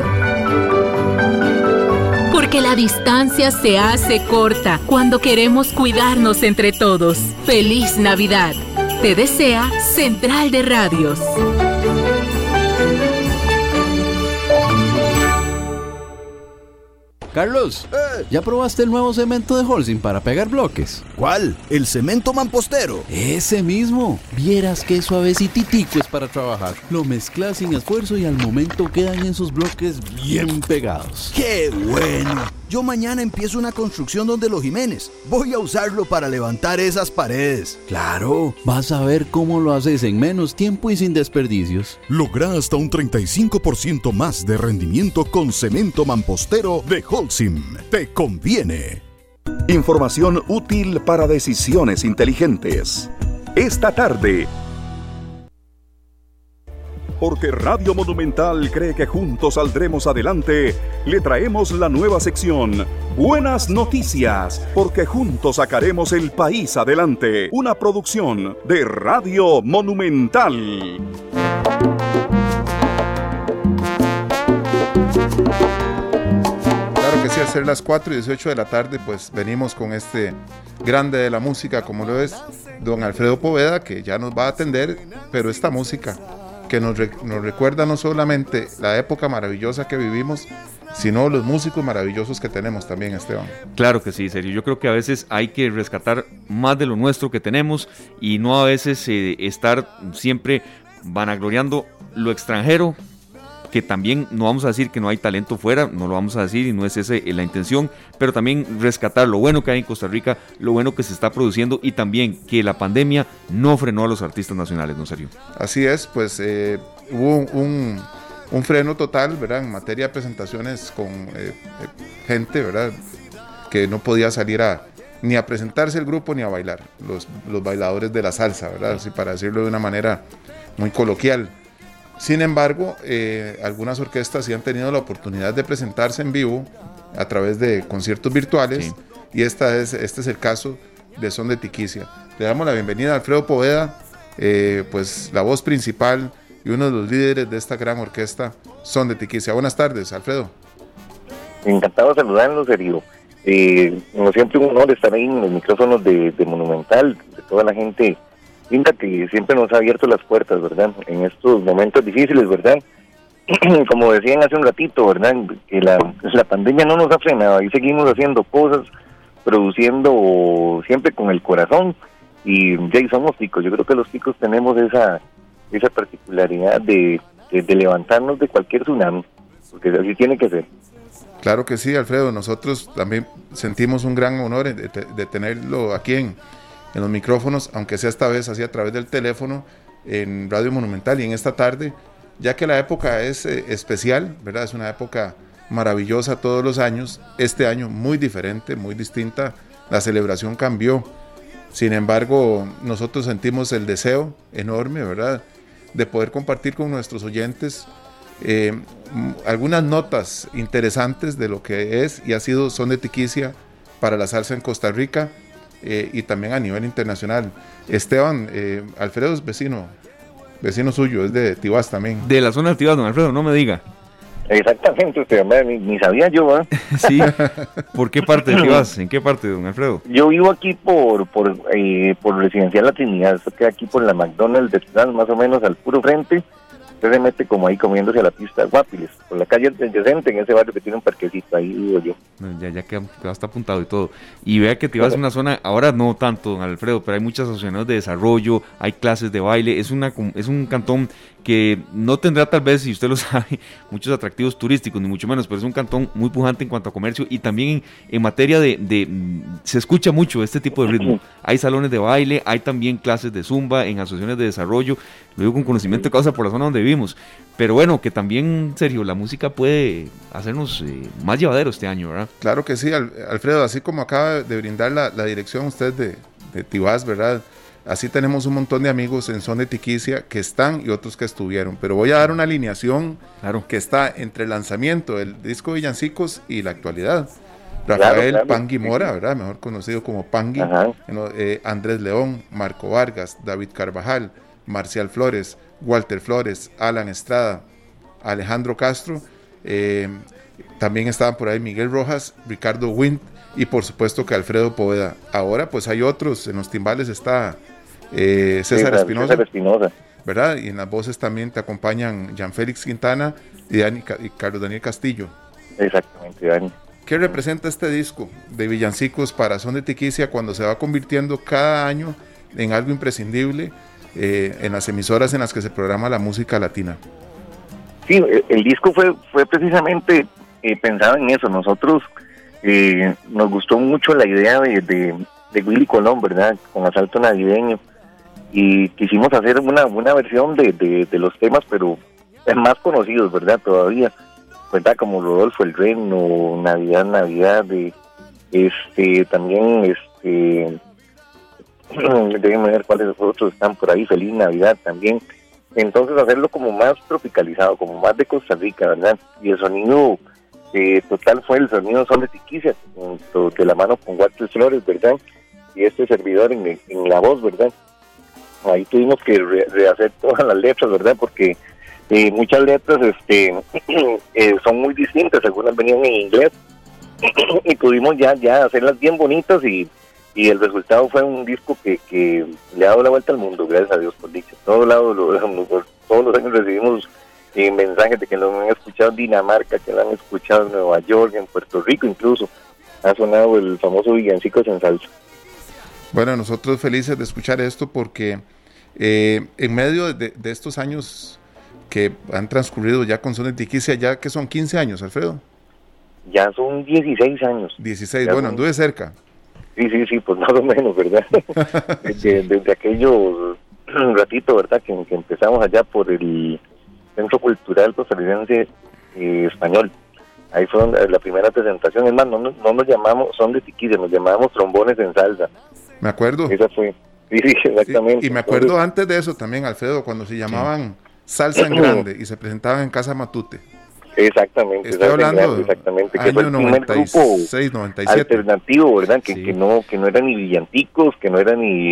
Porque la distancia se hace corta cuando queremos cuidarnos entre todos. ¡Feliz Navidad! Te desea Central de Radios. Carlos, ¿ya probaste el nuevo cemento de Holcim para pegar bloques? ¿Cuál? ¿El cemento Mampostero? Ese mismo. Vieras qué suavecititico es para trabajar. Lo mezclas sin esfuerzo y al momento quedan en sus bloques bien pegados. ¡Qué bueno! Yo mañana empiezo una construcción donde los Jiménez. Voy a usarlo para levantar esas paredes. Claro, vas a ver cómo lo haces en menos tiempo y sin desperdicios. Logra hasta un 35% más de rendimiento con cemento Mampostero de Holcim. Te conviene. Información útil para decisiones inteligentes. Esta tarde. Porque Radio Monumental cree que juntos saldremos adelante, le traemos la nueva sección Buenas Noticias, porque juntos sacaremos el país adelante. Una producción de Radio Monumental. Claro que sí, a ser las 4:18 de la tarde, pues venimos con este grande de la música, como lo es don Alfredo Poveda, que ya nos va a atender, pero esta música que nos recuerda no solamente la época maravillosa que vivimos, sino los músicos maravillosos que tenemos también, Esteban. Claro que sí, Sergio. Yo creo que a veces hay que rescatar más de lo nuestro que tenemos y no a veces estar siempre vanagloriando lo extranjero, que también no vamos a decir que no hay talento fuera, no lo vamos a decir y no es esa la intención, pero también rescatar lo bueno que hay en Costa Rica, lo bueno que se está produciendo y también que la pandemia no frenó a los artistas nacionales, ¿no, Sergio? Así es, pues hubo un freno total, ¿verdad? En materia de presentaciones con gente, ¿verdad? Que no podía salir ni a presentarse el grupo ni a bailar, los bailadores de la salsa, ¿verdad? Así, para decirlo de una manera muy coloquial. Sin embargo, algunas orquestas sí han tenido la oportunidad de presentarse en vivo a través de conciertos virtuales, sí. Y este es el caso de Son de Tiquicia. Le damos la bienvenida a Alfredo Poveda, pues la voz principal y uno de los líderes de esta gran orquesta Son de Tiquicia. Buenas tardes, Alfredo. Encantado de saludarlos, Sergio. Como siempre, un honor estar ahí en los micrófonos de Monumental, de toda la gente linda que siempre nos ha abierto las puertas, ¿verdad? En estos momentos difíciles, ¿verdad? Como decían hace un ratito, ¿verdad? Que la pandemia no nos ha frenado, y seguimos haciendo cosas, produciendo siempre con el corazón, y ya somos ticos. Yo creo que los ticos tenemos esa particularidad de levantarnos de cualquier tsunami, porque así tiene que ser. Claro que sí, Alfredo, nosotros también sentimos un gran honor de tenerlo aquí en los micrófonos, aunque sea esta vez así a través del teléfono en Radio Monumental y en esta tarde, ya que la época es especial, ¿verdad? Es una época maravillosa todos los años, este año muy diferente, muy distinta, la celebración cambió. Sin embargo, nosotros sentimos el deseo enorme, ¿verdad?, de poder compartir con nuestros oyentes algunas notas interesantes de lo que es y ha sido Son de Tiquicia para la salsa en Costa Rica, y también a nivel internacional. Esteban, Alfredo es vecino suyo, es de Tibás también. De la zona de Tibás, don Alfredo, no me diga. Exactamente, usted ni sabía yo, ¿eh? Sí, ¿por qué parte de Tibás? ¿En qué parte, don Alfredo? Yo vivo aquí por Residencial La Trinidad, esto queda aquí por la McDonald's de Tibás, más o menos al puro frente, usted se mete como ahí comiéndose a la pista de Guapiles, por la calle adyacente, en ese barrio que tiene un parquecito, ahí digo yo. Ya queda hasta apuntado y todo. Y vea que te vas a una zona, ahora no tanto, don Alfredo, pero hay muchas asociaciones de desarrollo, hay clases de baile, es un cantón que no tendrá tal vez, si usted lo sabe, muchos atractivos turísticos, ni mucho menos, pero es un cantón muy pujante en cuanto a comercio y también en materia se escucha mucho este tipo de ritmo. Hay salones de baile, hay también clases de zumba en asociaciones de desarrollo, lo digo con conocimiento de causa por la zona donde vivimos, pero bueno, que también, Sergio, la música puede hacernos más llevadero este año, ¿verdad? Claro que sí, Alfredo, así como acaba de brindar la dirección usted de Tibás, ¿verdad? Así tenemos un montón de amigos en Son de Tiquicia que están y otros que estuvieron. Pero voy a dar una alineación que está entre el lanzamiento del disco Villancicos y la actualidad. Rafael Pangui Mora, ¿verdad? Mejor conocido como Pangui. Andrés León, Marco Vargas, David Carvajal, Marcial Flores, Walter Flores, Alan Estrada, Alejandro Castro. También estaban por ahí Miguel Rojas, Ricardo Wint y por supuesto que Alfredo Poveda. Ahora pues hay otros, en los timbales está César Espinosa, ¿verdad? Y en las voces también te acompañan Jean Félix Quintana y Carlos Daniel Castillo. Exactamente, Dani. ¿Qué representa este disco de Villancicos para Son de Tiquicia cuando se va convirtiendo cada año en algo imprescindible en las emisoras en las que se programa la música latina? Sí, el disco fue precisamente pensado en eso. Nosotros nos gustó mucho la idea de Willy Colón, ¿verdad? Con Asalto Navideño, y quisimos hacer una versión de los temas, pero más conocidos, ¿verdad? Todavía, ¿verdad? Como Rodolfo el Reno, Navidad, también, déjenme ver cuáles otros están por ahí, Feliz Navidad también. Entonces hacerlo como más tropicalizado, como más de Costa Rica, ¿verdad? Y el sonido total fue el sonido Son de Tiquicia, de la mano con Walter Flores, ¿verdad? Y este servidor en la voz, ¿verdad? Ahí tuvimos que rehacer todas las letras, ¿verdad? Porque muchas letras son muy distintas, algunas venían en inglés y pudimos ya hacerlas bien bonitas y el resultado fue un disco que le ha dado la vuelta al mundo, gracias a Dios, por dicho. Todos los años recibimos mensajes de que lo han escuchado en Dinamarca, que lo han escuchado en Nueva York, en Puerto Rico incluso. Ha sonado el famoso Villancicos en salsa. Bueno, nosotros felices de escuchar esto porque en medio de estos años que han transcurrido ya con Son de Tiquicia, ya que son 15 años, Alfredo. Ya son 16 años. 16, ya bueno, anduve cerca. Sí, pues más o menos, ¿verdad? desde aquellos ratito, ¿verdad? Que empezamos allá por el Centro Cultural Costarricense Español. Ahí fue la primera presentación. Es más, no nos llamamos Son de Tiquicia, nos llamábamos Trombones en Salsa. Me acuerdo. Esa fue. Sí, exactamente. Y me acuerdo antes de eso también, Alfredo, cuando se llamaban Salsa en Grande y se presentaban en Casa Matute. Exactamente. Estoy hablando exactamente, año que fue el primer 96, grupo 97. alternativo, ¿verdad? Que no era ni Villancicos, que no era ni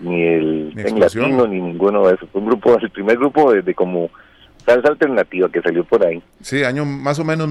el latino, ni ninguno de esos. Fue el primer grupo de como salsa alternativa que salió por ahí. Sí, año más o menos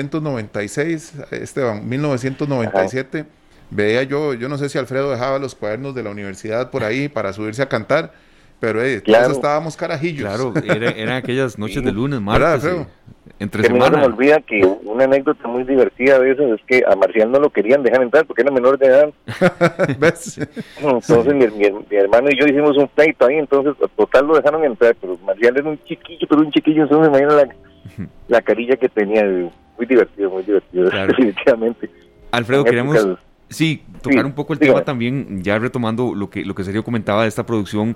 1996, Esteban, 1997. Ajá. Veía yo no sé si Alfredo dejaba los cuadernos de la universidad por ahí para subirse a cantar, pero todos estábamos carajillos. Claro, eran aquellas noches de lunes, martes, entre que semana. No me olvida que una anécdota muy divertida de eso es que a Marcial no lo querían dejar entrar porque era menor de edad. ¿Ves? Entonces mi hermano y yo hicimos un pleito ahí, entonces total lo dejaron entrar, pero Marcial era un chiquillo, entonces me imagino la carilla que tenía. Muy divertido, claro. Definitivamente. Alfredo, queremos... Sí, tocar un poco el tema también, ya retomando lo que Sergio comentaba de esta producción,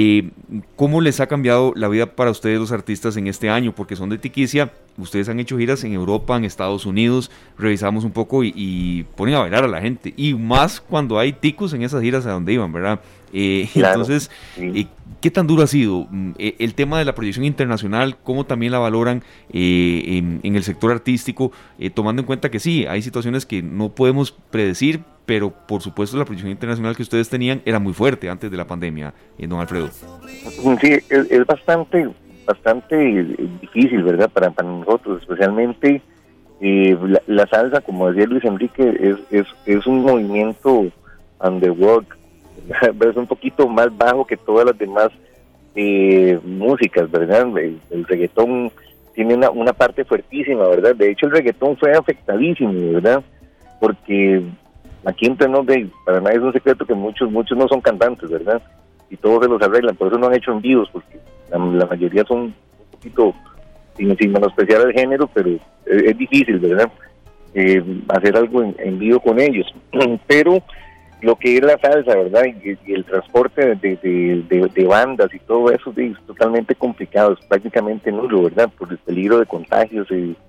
¿cómo les ha cambiado la vida para ustedes los artistas en este año? Porque Son de Tiquicia, ustedes han hecho giras en Europa, en Estados Unidos, revisamos un poco y ponen a bailar a la gente, y más cuando hay ticos en esas giras a donde iban, ¿verdad? Claro, entonces, ¿qué tan duro ha sido el tema de la proyección internacional? ¿Cómo también la valoran en el sector artístico? Tomando en cuenta que sí, hay situaciones que no podemos predecir, pero por supuesto la proyección internacional que ustedes tenían era muy fuerte antes de la pandemia, don Alfredo. Sí, es bastante difícil, ¿verdad? Para nosotros, especialmente la salsa, como decía Luis Enrique, es un movimiento underworld. Es un poquito más bajo que todas las demás músicas, ¿verdad? El reggaetón tiene una parte fuertísima, ¿verdad? De hecho, el reggaetón fue afectadísimo, ¿verdad? Porque aquí entre nos, para nadie es un secreto que muchos no son cantantes, ¿verdad? Y todos se los arreglan, por eso no han hecho envíos, porque la mayoría son un poquito, sin menospreciar el género, pero es difícil, ¿verdad? Hacer algo en vivo con ellos. Pero lo que es la salsa, ¿verdad? Y el transporte de bandas y todo eso es totalmente complicado, es prácticamente nulo, ¿verdad? Por el peligro de contagios.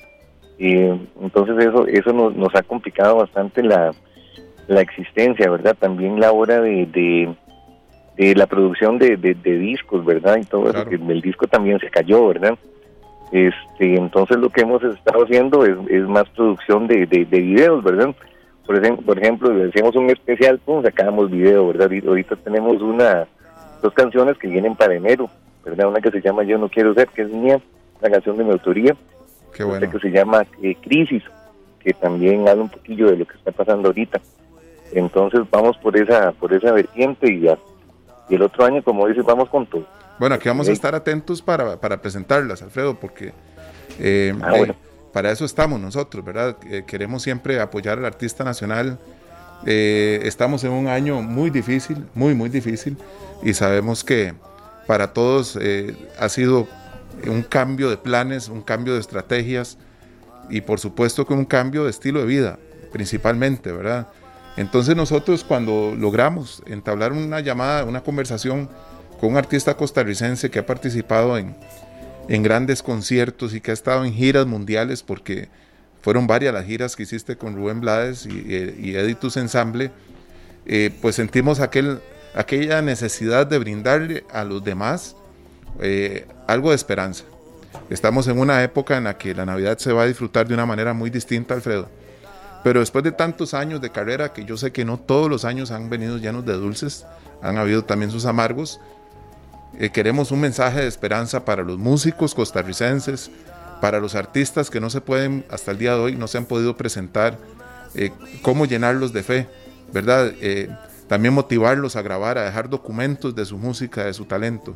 Entonces eso nos ha complicado bastante la existencia, ¿verdad? También la hora de la producción de discos, ¿verdad? Y todo eso, que el disco también se cayó, ¿verdad? Entonces lo que hemos estado haciendo es más producción de videos, ¿verdad? Por ejemplo, decíamos un especial, sacábamos video, ¿verdad? Ahorita tenemos dos canciones que vienen para enero, ¿verdad? Una que se llama Yo no quiero ser, que es mía, una canción de mi autoría. Qué bueno. Otra que se llama Crisis, que también habla un poquillo de lo que está pasando ahorita. Entonces vamos por esa vertiente y el otro año, como dices, vamos con todo. Bueno, aquí vamos a estar atentos para presentarlas, Alfredo, porque bueno. Para eso estamos nosotros, ¿verdad? Queremos siempre apoyar al artista nacional. Estamos en un año muy difícil, muy difícil, y sabemos que para todos ha sido un cambio de planes, un cambio de estrategias, y por supuesto que un cambio de estilo de vida, principalmente, ¿verdad? Entonces nosotros, cuando logramos entablar una llamada, una conversación con un artista costarricense que ha participado en grandes conciertos y que ha estado en giras mundiales, porque fueron varias las giras que hiciste con Rubén Blades y Editus Ensamble, pues sentimos aquella necesidad de brindarle a los demás algo de esperanza. Estamos en una época en la que la Navidad se va a disfrutar de una manera muy distinta, Alfredo, pero después de tantos años de carrera, que yo sé que no todos los años han venido llenos de dulces, han habido también sus amargos, queremos un mensaje de esperanza para los músicos costarricenses, para los artistas que no se pueden, hasta el día de hoy, no se han podido presentar, cómo llenarlos de fe, ¿verdad? También motivarlos a grabar, a dejar documentos de su música, de su talento.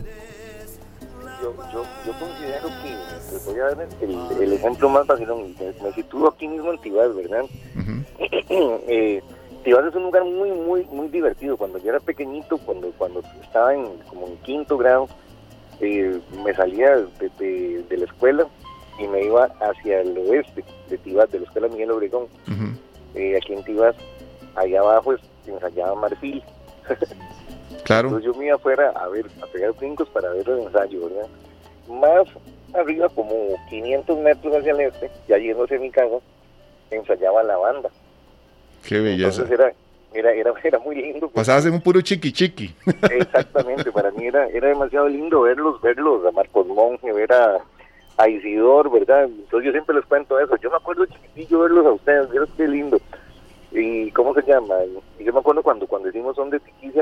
Yo considero que, les voy a dar el ejemplo más vacilón, me sitúo aquí mismo en Tibás, ¿verdad? Tibás es un lugar muy divertido. Cuando yo era pequeñito, cuando estaba como en quinto grado, me salía de la escuela y me iba hacia el oeste de Tibás, de la escuela Miguel Obregón. Aquí en Tibás, allá abajo ensayaba Marfil. Claro. Entonces yo me iba afuera a pegar brincos para ver el ensayo, ¿verdad? Más arriba, como 500 metros hacia el este, ya yendo hacia mi casa, ensayaba la banda. Qué belleza. Entonces era muy lindo. Pasabas en un puro chiqui. Exactamente, para mí era demasiado lindo verlos, a Marcos Monge, ver a Isidor, ¿verdad? Entonces yo siempre les cuento eso. Yo me acuerdo chiquitillo verlos a ustedes, miren qué lindo. ¿Y cómo se llama? Y yo me acuerdo cuando hicimos Son de Tiquicia,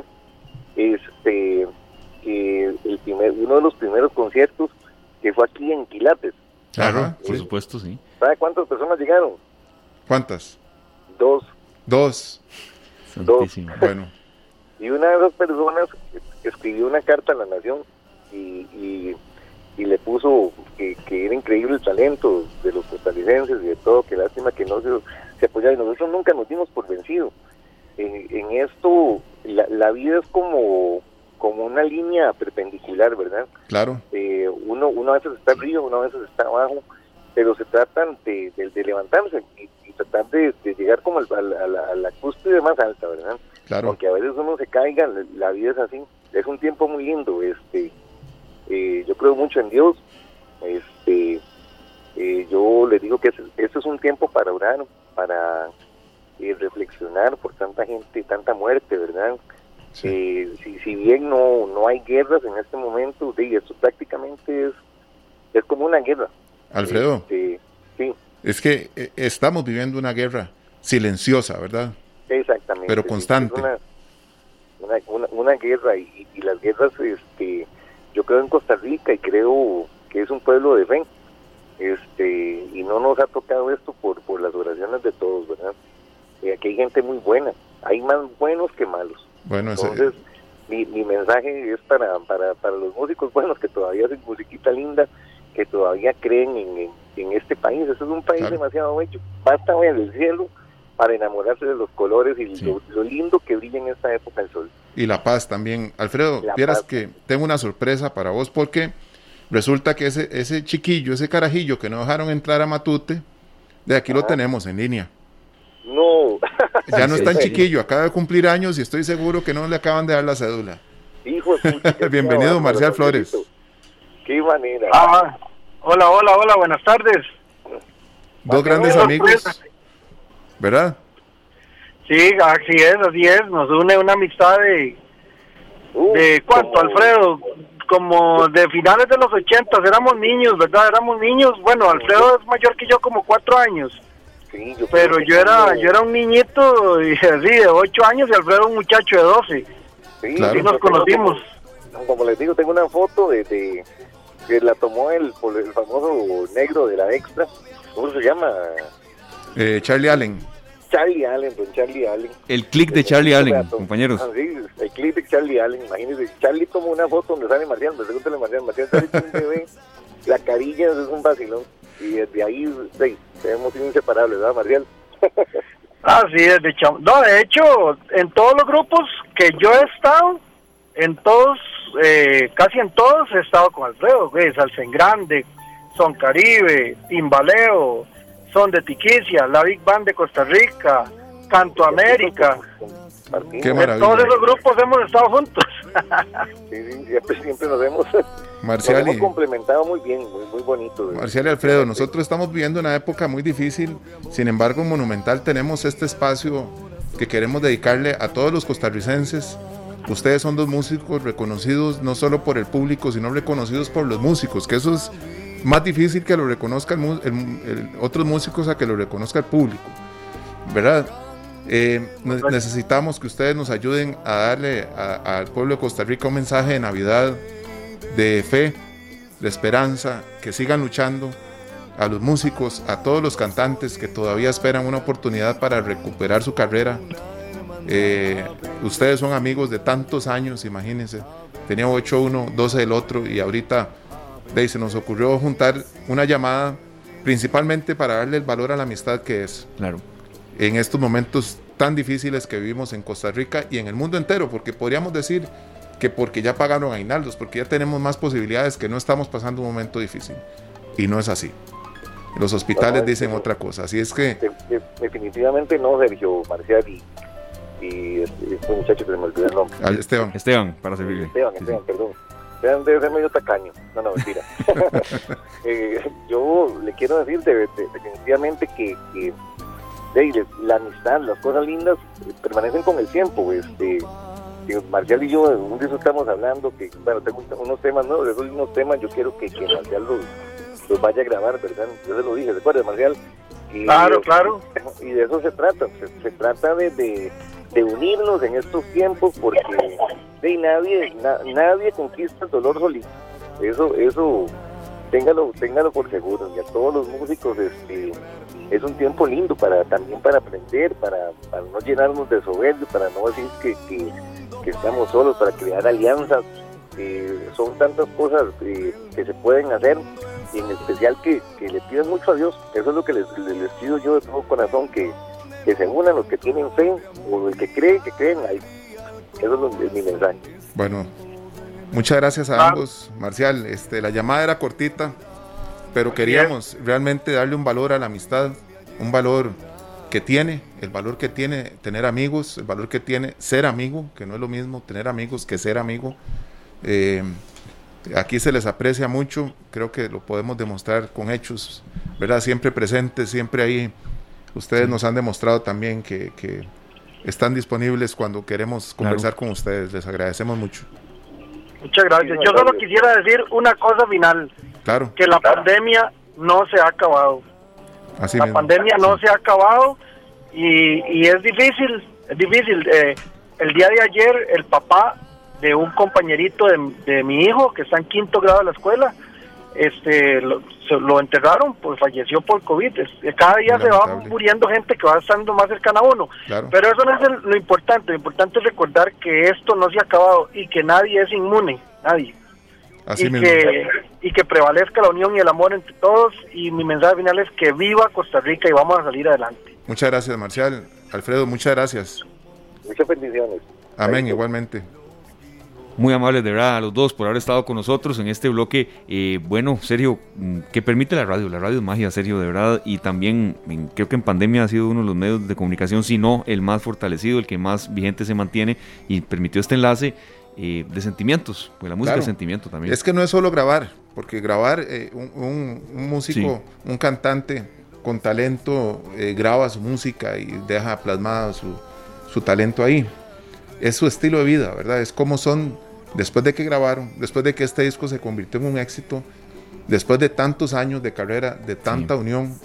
uno de los primeros conciertos que fue aquí en Quilates. Claro, por supuesto, sí. ¿Sabe cuántas personas llegaron? ¿Cuántas? Dos. Santísimo. Bueno. Y una de esas personas escribió una carta a la Nación y le puso que era increíble el talento de los costarricenses y de todo, que lástima que no se apoyaba, y nosotros nunca nos dimos por vencido. En esto la vida es como una línea perpendicular, ¿verdad? Claro. Uno a veces está arriba, uno a veces está abajo, pero se tratan de levantarse y tratar de llegar como a la cúspide más alta, ¿verdad? Claro. Aunque a veces uno se caiga, la vida es así. Es un tiempo muy lindo. Yo creo mucho en Dios. Yo les digo que esto es un tiempo para orar, para reflexionar por tanta gente, tanta muerte, ¿verdad? Sí. Si bien no hay guerras en este momento, esto prácticamente es como una guerra. Alfredo, sí. Es que estamos viviendo una guerra silenciosa, ¿verdad? Exactamente. Pero constante. Es una guerra, y las guerras, yo creo en Costa Rica y creo que es un pueblo de fe, y no nos ha tocado esto por las oraciones de todos, ¿verdad? Aquí hay gente muy buena, hay más buenos que malos. Bueno, entonces mi mensaje es para los músicos buenos que todavía hacen musiquita linda, que todavía creen en este país. Eso es un país demasiado bello. Basta ver el cielo para enamorarse de los colores y lo lindo que brilla en esta época el sol. Y la paz también. Alfredo, vieras que tengo una sorpresa para vos, porque resulta que ese chiquillo, ese carajillo que no dejaron entrar a Matute, de aquí lo tenemos en línea. No. Ya no es tan chiquillo, acaba de cumplir años y estoy seguro que no le acaban de dar la cédula. Hijo de puta, bienvenido, Marcial Flores. Qué manera. Hola, buenas tardes. Dos grandes amigos, ¿verdad? Sí, así es, nos une una amistad de ¿cuánto, Alfredo? Como de finales de los 80, éramos niños, ¿verdad? Bueno, Alfredo es mayor que yo como 4 años. Sí, pero yo era un niñito así de 8 años y Alfredo un muchacho de 12. Sí, claro. Y nos conocimos. Como les digo, tengo una foto de que la tomó el famoso negro de la Extra. ¿Cómo se llama? Charlie Allen. Don Charlie Allen. El click de Charlie Allen, compañeros. Sí, el click de Charlie Allen, imagínense. Charlie tomó una foto donde sale Marcial, pregúntale a Marcial sale un bebé, la carilla es un vacilón, y desde ahí hemos sido inseparables, ¿verdad, Marcial? Sí, de hecho, en todos los grupos que yo he estado, casi en todos he estado con Alfredo, Salsa en Grande, Son Caribe, Timbaleo, Son de Tiquicia, la Big Band de Costa Rica, Canto América. Qué maravilla. En todos esos grupos hemos estado juntos. Sí, siempre nos hemos complementado muy bien, muy bonito. Marcial y Alfredo, nosotros estamos viviendo una época muy difícil, sin embargo en Monumental tenemos este espacio que queremos dedicarle a todos los costarricenses. Ustedes son dos músicos reconocidos no solo por el público, sino reconocidos por los músicos, que eso es más difícil que lo reconozcan otros músicos a que lo reconozca el público, ¿verdad? Necesitamos que ustedes nos ayuden a darle al pueblo de Costa Rica un mensaje de Navidad, de fe, de esperanza, que sigan luchando, a los músicos, a todos los cantantes que todavía esperan una oportunidad para recuperar su carrera. Ustedes son amigos de tantos años, imagínense, tenía 8 uno, 12 del otro, y ahorita se nos ocurrió juntar una llamada principalmente para darle el valor a la amistad que es. Claro. En estos momentos tan difíciles que vivimos en Costa Rica y en el mundo entero, porque podríamos decir que porque ya pagaron aguinaldos, porque ya tenemos más posibilidades, que no estamos pasando un momento difícil, y no es así. Los hospitales dicen otra cosa, así es que definitivamente no, Sergio, Marcial y este muchacho que se me olvidó el nombre. Esteban, para servirle. Esteban, perdón. Debe ser medio tacaño. No, mentira. Yo le quiero decir definitivamente que la amistad, las cosas lindas permanecen con el tiempo. Marcial y yo un día estamos hablando que, bueno, tengo unos temas nuevos, esos unos temas yo quiero que Marcial los vaya a grabar, ¿verdad? Yo se lo dije, ¿recuerda, Marcial? Claro. Y de eso se trata, se trata de unirnos en estos tiempos, porque nadie conquista el dolor solito. Eso téngalo por seguro. Y a todos los músicos es un tiempo lindo también para aprender, para no llenarnos de soberbia, para no decir que estamos solos, para crear alianzas. Son tantas cosas que se pueden hacer, y en especial que le pidan mucho a Dios. Eso es lo que les pido yo de todo corazón, que se unan los que tienen fe, o el que creen ahí. Eso es mi mensaje. Bueno, muchas gracias a ambos. Marcial, la llamada era cortita, pero queríamos realmente darle un valor a la amistad, un valor que tiene, el valor que tiene tener amigos, el valor que tiene ser amigo, que no es lo mismo tener amigos que ser amigo. Aquí se les aprecia mucho, creo que lo podemos demostrar con hechos, ¿verdad? Siempre presentes, siempre ahí. Ustedes nos han demostrado también que están disponibles cuando queremos conversar con ustedes. Les agradecemos mucho. Muchas gracias. Yo solo quisiera decir una cosa final. Claro. Que la pandemia no se ha acabado. Así la mismo. Pandemia no se ha acabado y es difícil. El día de ayer, el papá de un compañerito de mi hijo, que está en 5º grado de la escuela, lo enterraron, pues falleció por COVID. Cada día se va muriendo gente que va estando más cercana a uno. Claro. Pero eso no es lo importante es recordar que esto no se ha acabado y que nadie es inmune, nadie. Así y que prevalezca la unión y el amor entre todos, y mi mensaje final es que viva Costa Rica y vamos a salir adelante. Muchas gracias, Marcial. Alfredo, muchas gracias. Muchas bendiciones. Amén, igualmente. Muy amables de verdad a los dos por haber estado con nosotros en este bloque, bueno, Sergio, que permite la radio es magia, Sergio, de verdad, y también creo que en pandemia ha sido uno de los medios de comunicación, si no el más fortalecido, el que más vigente se mantiene, y permitió este enlace de sentimientos, pues la música es sentimiento también. Es que no es solo grabar, porque grabar, un músico, un cantante con talento graba su música y deja plasmado su talento ahí. Es su estilo de vida, ¿verdad? Es como son después de que grabaron, después de que este disco se convirtió en un éxito, después de tantos años de carrera, de tanta unión,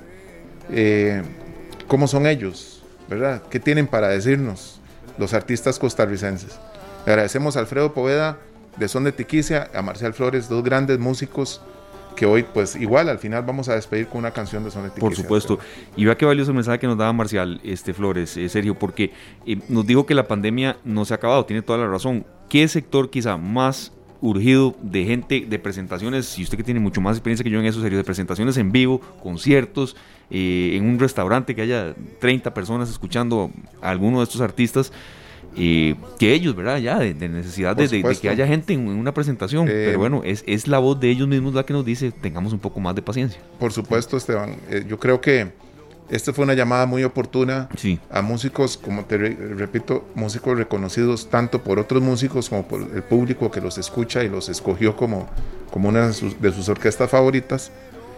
¿cómo son ellos? ¿Verdad? ¿Qué tienen para decirnos los artistas costarricenses? Le agradecemos a Alfredo Poveda de Son de Tiquicia, a Marcial Flores, dos grandes músicos que hoy, pues igual al final vamos a despedir con una canción de Son de Tiquicia. Por supuesto, y vea qué valioso el mensaje que nos daba Marcial Flores, Sergio, porque nos dijo que la pandemia no se ha acabado, tiene toda la razón. ¿Qué sector quizá más urgido de gente, de presentaciones, si usted que tiene mucho más experiencia que yo en eso, Sergio, de presentaciones en vivo, conciertos, en un restaurante que haya 30 personas escuchando a alguno de estos artistas, que ellos, ¿verdad? Ya de necesidad de que haya gente en una presentación, pero bueno, es la voz de ellos mismos la que nos dice tengamos un poco más de paciencia. Por supuesto, Esteban, yo creo que esta fue una llamada muy oportuna a músicos, como te repito, músicos reconocidos tanto por otros músicos como por el público que los escucha y los escogió como una de sus orquestas favoritas,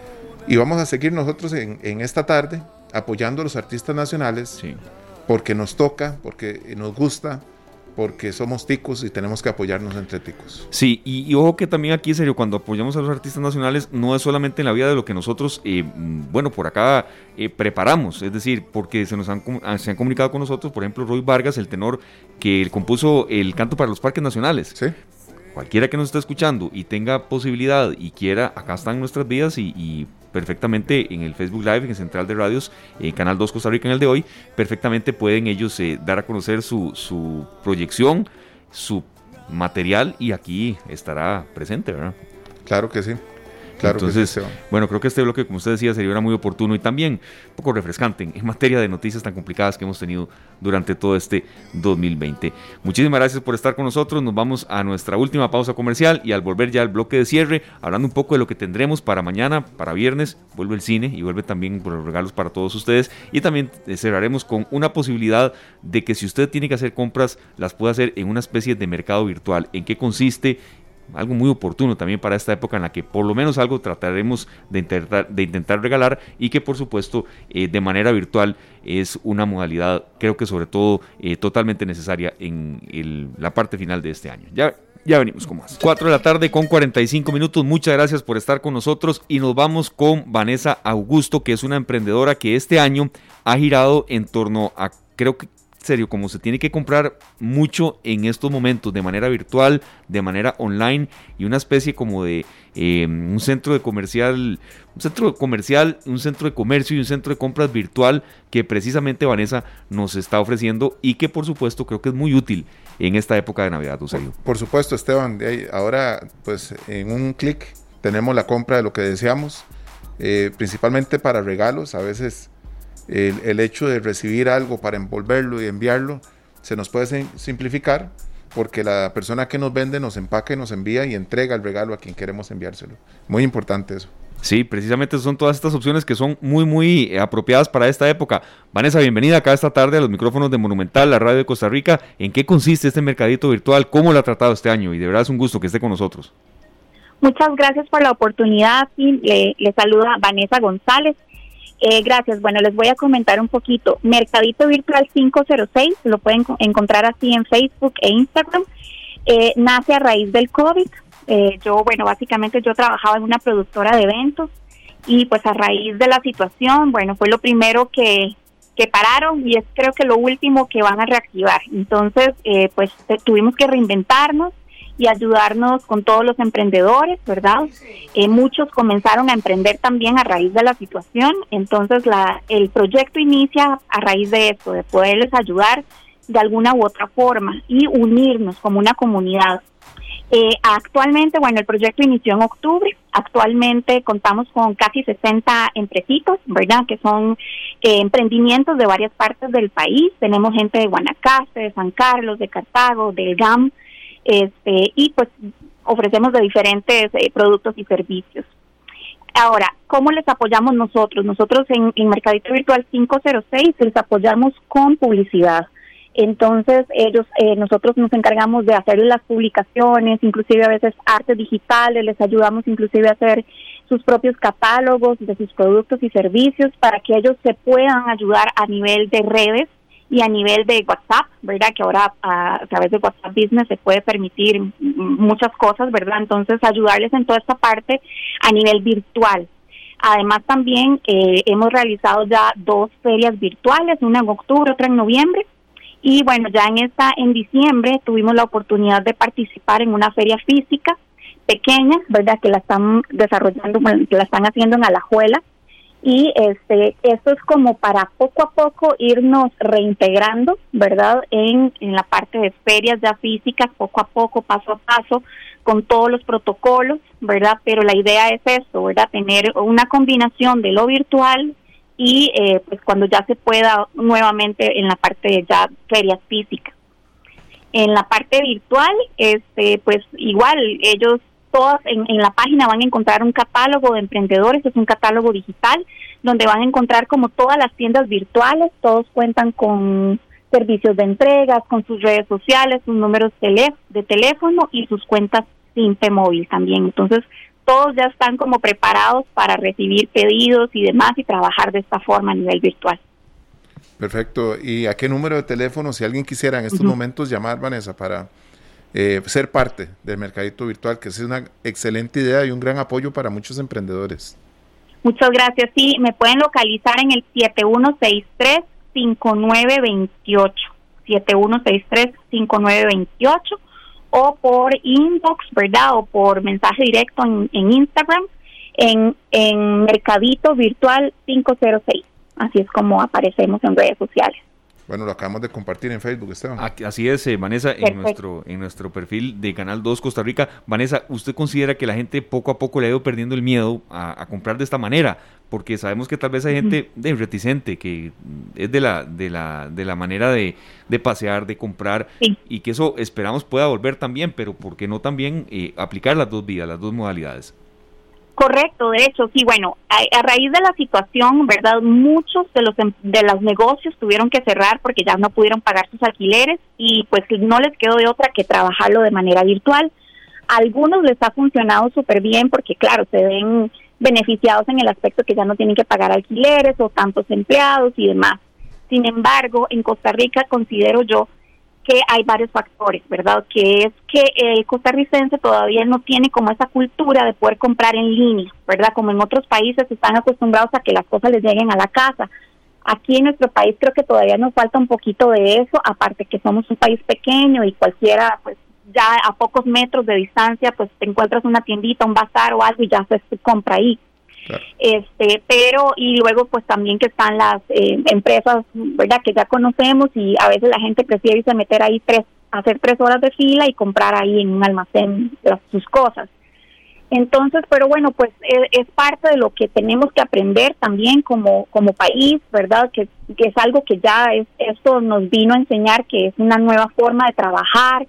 y vamos a seguir nosotros en esta tarde apoyando a los artistas nacionales, porque nos toca, porque nos gusta, porque somos ticos y tenemos que apoyarnos entre ticos. Sí, y ojo que también aquí, Sergio, cuando apoyamos a los artistas nacionales, no es solamente en la vida de lo que nosotros, bueno, por acá preparamos, es decir, porque se han comunicado con nosotros, por ejemplo, Roy Vargas, el tenor que compuso el canto para los parques nacionales. Sí. Cualquiera que nos esté escuchando y tenga posibilidad y quiera, acá están nuestras vías y perfectamente en el Facebook Live, en Central de Radios, Canal 2 Costa Rica, en el de hoy, perfectamente pueden ellos dar a conocer su proyección, su material, y aquí estará presente, ¿verdad? Claro que sí. Claro. Entonces, que sí, bueno, creo que este bloque, como usted decía, sería muy oportuno y también un poco refrescante en materia de noticias tan complicadas que hemos tenido durante todo este 2020. Muchísimas gracias por estar con nosotros. Nos vamos a nuestra última pausa comercial y al volver ya al bloque de cierre, hablando un poco de lo que tendremos para mañana, para viernes, vuelve el cine y vuelve también por los regalos para todos ustedes, y también cerraremos con una posibilidad de que si usted tiene que hacer compras, las pueda hacer en una especie de mercado virtual. ¿En qué consiste? Algo muy oportuno también para esta época en la que por lo menos algo trataremos de intentar regalar, y que por supuesto de manera virtual es una modalidad, creo que sobre todo totalmente necesaria en la parte final de este año. Ya venimos con más. 4 de la tarde con 45 minutos. Muchas gracias por estar con nosotros y nos vamos con Vanessa Augusto, que es una emprendedora que este año ha girado en torno a, creo que, serio, como se tiene que comprar mucho en estos momentos de manera virtual, de manera online, y una especie como de un centro de comercio y un centro de compras virtual que precisamente Vanessa nos está ofreciendo y que por supuesto creo que es muy útil en esta época de Navidad, Sergio. Por supuesto, Esteban. Ahora, pues en un clic tenemos la compra de lo que deseamos, principalmente para regalos. A veces el hecho de recibir algo para envolverlo y enviarlo se nos puede simplificar, porque la persona que nos vende nos empaca y nos envía y entrega el regalo a quien queremos enviárselo. Muy importante eso. Sí, precisamente son todas estas opciones que son muy apropiadas para esta época. Vanessa, bienvenida acá esta tarde a los micrófonos de Monumental, la radio de Costa Rica. ¿En qué consiste este mercadito virtual? ¿Cómo lo ha tratado este año? Y de verdad es un gusto que esté con nosotros. Muchas gracias por la oportunidad. Le saluda Vanessa González. Gracias. Bueno, les voy a comentar un poquito. Mercadito Virtual 506, lo pueden encontrar así en Facebook e Instagram. Nace a raíz del COVID. Básicamente yo trabajaba en una productora de eventos y pues a raíz de la situación, fue lo primero que pararon y es creo que lo último que van a reactivar. Entonces, tuvimos que reinventarnos y ayudarnos con todos los emprendedores, ¿verdad? Muchos comenzaron a emprender también a raíz de la situación, entonces el proyecto inicia a raíz de esto, de poderles ayudar de alguna u otra forma y unirnos como una comunidad. Actualmente, bueno, el proyecto inició en octubre. Actualmente contamos con casi 60 empresitos, ¿verdad? Que son emprendimientos de varias partes del país. Tenemos gente de Guanacaste, de San Carlos, de Cartago, del GAM, y pues ofrecemos de diferentes productos y servicios. Ahora, ¿cómo les apoyamos nosotros? Nosotros en Mercadito Virtual 506 les apoyamos con publicidad. Entonces nosotros nos encargamos de hacer las publicaciones, inclusive a veces artes digitales, les ayudamos inclusive a hacer sus propios catálogos de sus productos y servicios para que ellos se puedan ayudar a nivel de redes y a nivel de WhatsApp, ¿verdad? Que ahora a través de WhatsApp Business se puede permitir muchas cosas, ¿verdad? Entonces ayudarles en toda esta parte a nivel virtual. Además también hemos realizado ya 2 ferias virtuales, una en octubre, otra en noviembre. Y bueno, ya en diciembre tuvimos la oportunidad de participar en una feria física pequeña, ¿verdad? Que la están desarrollando, que la están haciendo en Alajuela. Y esto es como para poco a poco irnos reintegrando, ¿verdad? En la parte de ferias ya físicas, poco a poco, paso a paso, con todos los protocolos, ¿verdad? Pero la idea es esto, ¿verdad? Tener una combinación de lo virtual y pues cuando ya se pueda nuevamente en la parte de ya ferias físicas. En la parte virtual, pues igual ellos todas en la página van a encontrar un catálogo de emprendedores, es un catálogo digital donde van a encontrar como todas las tiendas virtuales, todos cuentan con servicios de entregas, con sus redes sociales, sus números de teléfono y sus cuentas SIM-P móvil también. Entonces todos ya están como preparados para recibir pedidos y demás y trabajar de esta forma a nivel virtual. Perfecto. ¿Y a qué número de teléfono, si alguien quisiera en estos momentos llamar, Vanessa, para ser parte del Mercadito Virtual, que es una excelente idea y un gran apoyo para muchos emprendedores? Muchas gracias. Sí, me pueden localizar en el 7163-5928, 7163-5928, o por inbox, ¿verdad? O por mensaje directo en Instagram, en Mercadito Virtual 506. Así es como aparecemos en redes sociales. Bueno, lo acabamos de compartir en Facebook, Esteban. Así es, Vanessa, en nuestro perfil de Canal 2 Costa Rica. Vanessa, ¿usted considera que la gente poco a poco le ha ido perdiendo el miedo a comprar de esta manera? Porque sabemos que tal vez hay gente reticente, que es de la manera de pasear, de comprar, y que eso esperamos pueda volver también, pero ¿por qué no también aplicar las dos vías, las dos modalidades? Correcto, de hecho, sí, bueno, a raíz de la situación, ¿verdad? Muchos de los negocios tuvieron que cerrar porque ya no pudieron pagar sus alquileres y pues no les quedó de otra que trabajarlo de manera virtual. A algunos les ha funcionado súper bien porque, claro, se ven beneficiados en el aspecto que ya no tienen que pagar alquileres o tantos empleados y demás. Sin embargo, en Costa Rica considero yo que hay varios factores, ¿verdad? Que es que el costarricense todavía no tiene como esa cultura de poder comprar en línea, ¿verdad? Como en otros países están acostumbrados a que las cosas les lleguen a la casa. Aquí en nuestro país creo que todavía nos falta un poquito de eso, aparte que somos un país pequeño y cualquiera, pues ya a pocos metros de distancia, pues te encuentras una tiendita, un bazar o algo y ya se compra ahí. Claro. Pero y luego pues también que están las empresas, ¿verdad? Que ya conocemos y a veces la gente prefiere irse a meter ahí hacer 3 horas de fila y comprar ahí en un almacén sus cosas. Entonces, pero bueno, pues es parte de lo que tenemos que aprender también como país, ¿verdad? Que es algo que ya esto nos vino a enseñar, que es una nueva forma de trabajar,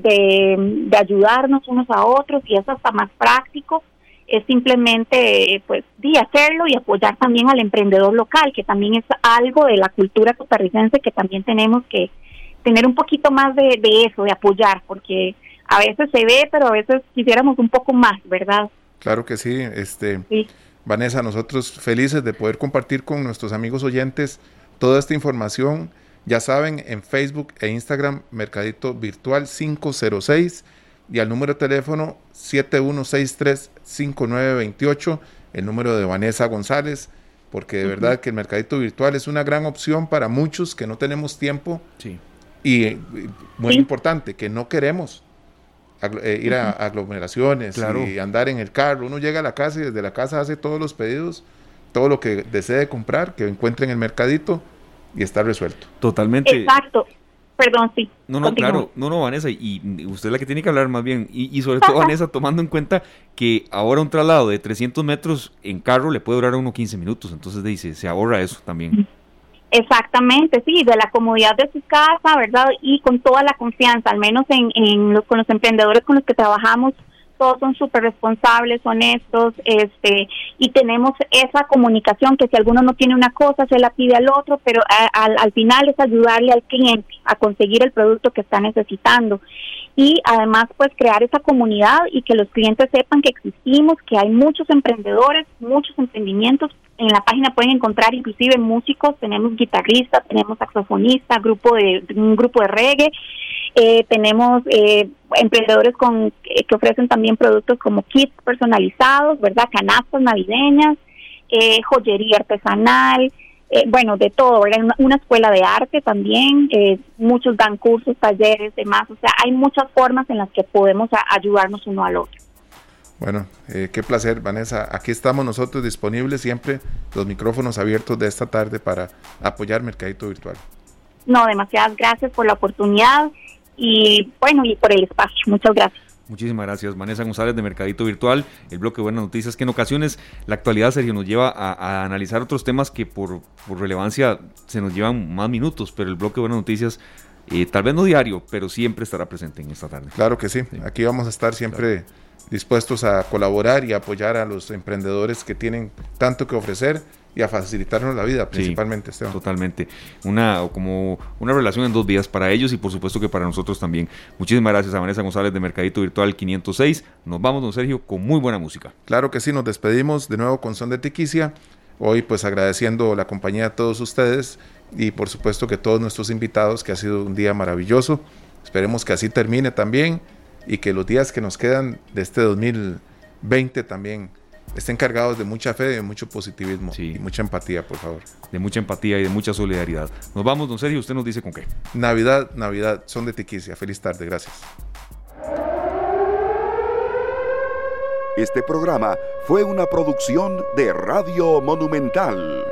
de ayudarnos unos a otros, y es hasta más práctico. Es simplemente pues hacerlo y apoyar también al emprendedor local, que también es algo de la cultura costarricense que también tenemos que tener un poquito más de eso, de apoyar, porque a veces se ve, pero a veces quisiéramos un poco más, ¿verdad? Claro que sí. Sí. Vanessa, nosotros felices de poder compartir con nuestros amigos oyentes toda esta información. Ya saben, en Facebook e Instagram, Mercadito Virtual 506, y al número de teléfono 7163-5928, el número de Vanessa González, porque de verdad que el Mercadito Virtual es una gran opción para muchos que no tenemos tiempo, y muy importante, que no queremos ir a aglomeraciones, Claro. y andar en el carro. Uno llega a la casa y desde la casa hace todos los pedidos, todo lo que desee comprar, que encuentre en el mercadito, y está resuelto. Totalmente. Exacto. Perdón, sí. No, continúe. claro, no, Vanessa, y usted es la que tiene que hablar más bien, y sobre todo, Vanessa, tomando en cuenta que ahora un traslado de 300 metros en carro le puede durar a uno 15 minutos, entonces dice, se ahorra eso también. Exactamente, sí, de la comodidad de su casa, ¿verdad? Y con toda la confianza, al menos con los emprendedores con los que trabajamos, todos son súper responsables, honestos, y tenemos esa comunicación que si alguno no tiene una cosa, se la pide al otro, pero al final es ayudarle al cliente a conseguir el producto que está necesitando. Y además, pues, crear esa comunidad y que los clientes sepan que existimos, que hay muchos emprendedores, muchos emprendimientos. En la página pueden encontrar inclusive músicos, tenemos guitarristas, tenemos saxofonistas, un grupo de reggae, tenemos emprendedores que ofrecen también productos como kits personalizados, ¿verdad? Canastas navideñas, joyería artesanal, bueno, de todo, ¿verdad? Una escuela de arte también, muchos dan cursos, talleres, demás, o sea, hay muchas formas en las que podemos ayudarnos uno al otro. Bueno, qué placer, Vanessa. Aquí estamos nosotros disponibles siempre, los micrófonos abiertos de esta tarde para apoyar Mercadito Virtual. No, demasiadas gracias por la oportunidad y bueno, y por el espacio. Muchas gracias. Muchísimas gracias, Vanessa González de Mercadito Virtual, el bloque de buenas noticias, que en ocasiones la actualidad, Sergio, nos lleva a analizar otros temas que por relevancia se nos llevan más minutos, pero el bloque de buenas noticias, tal vez no diario, pero siempre estará presente en esta tarde. Claro que sí, aquí vamos a estar siempre dispuestos a colaborar y apoyar a los emprendedores que tienen tanto que ofrecer y a facilitarnos la vida, principalmente, sí, Esteban. Totalmente. Como una relación en dos vías para ellos y por supuesto que para nosotros también. Muchísimas gracias a Vanessa González de Mercadito Virtual 506. Nos vamos, don Sergio, con muy buena música. Claro que sí, nos despedimos de nuevo con Son de Tiquicia. Hoy pues agradeciendo la compañía de todos ustedes y por supuesto que todos nuestros invitados, que ha sido un día maravilloso. Esperemos que así termine también y que los días que nos quedan de este 2020 también estén cargados de mucha fe, de mucho positivismo y mucha empatía, por favor. De mucha empatía y de mucha solidaridad. Nos vamos, don Sergio, usted nos dice con qué. Navidad, Son de Tiquicia. Feliz tarde, gracias. Este programa fue una producción de Radio Monumental.